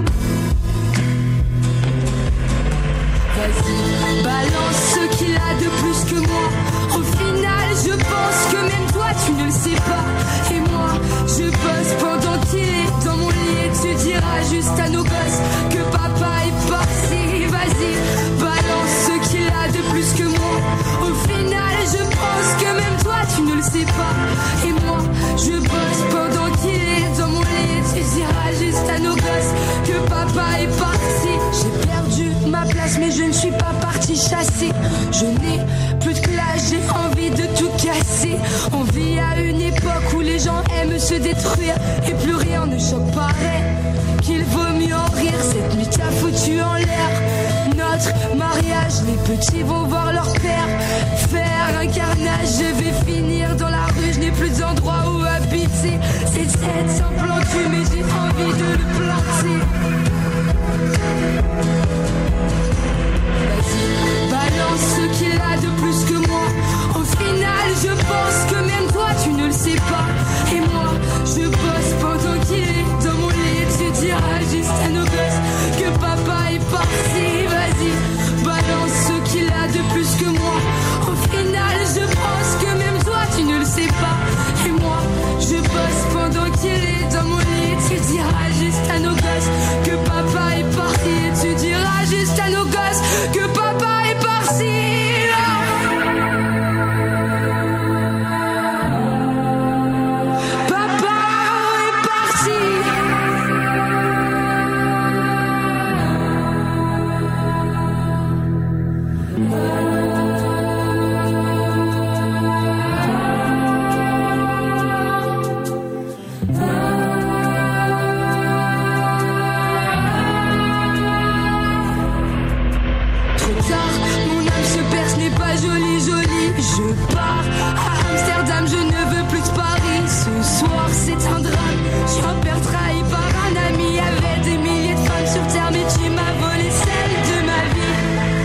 S14: Vas-y, balance ce qu'il a de plus que moi. Au final, je pense que même toi, tu ne le sais pas. Et moi, je bosse pendant qu'il est dans mon lit. Et tu diras juste à nos gosses que papa est parti. Vas-y, balance ce qu'il a de plus que moi. Au final, je pense que même toi, tu ne le sais pas. Et moi, je bosse pendant qu'il est dans mon lit. Et tu diras juste à nos gosses que papa est parti. J'ai perdu ma place mais je ne suis pas partie chasser. Je n'ai plus de classe, j'ai envie de tout casser. On vit à une époque où les gens aiment se détruire et plus rien ne choque pareil qu'il vaut mieux en rire. Cette nuit t'a foutu en l'air notre mariage. Les petits vont voir leur père faire un carnage. Je vais finir dans la rue, je n'ai plus d'endroit où habiter. Cette tête sans plan cul, mais j'ai envie de le planter. Vas-y, balance ce qu'il a de plus que moi. Au final, je pense que même toi, tu ne le sais pas. Et moi, je bosse pendant qu'il est dans mon lit. Tu diras juste à nos gosses que papa est parti. Vas-y, balance ce qu'il a de plus que moi. Au final, je pense que même toi, tu ne le sais pas. Et moi, je bosse pendant qu'il est dans mon lit. Tu diras juste à nos gosses que papa est parti. Tu diras juste à nos gosses que papa est parti. Je pars à Amsterdam, je ne veux plus de Paris. Ce soir c'est un drame, je suis un père trahi par un ami. Il y avait des milliers de femmes sur terre, mais tu m'as volé celle de ma vie.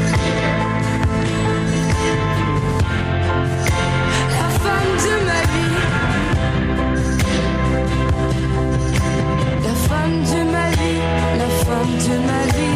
S14: La femme de ma vie. La femme de ma vie. La femme de ma vie.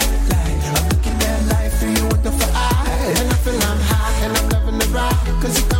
S12: Cause you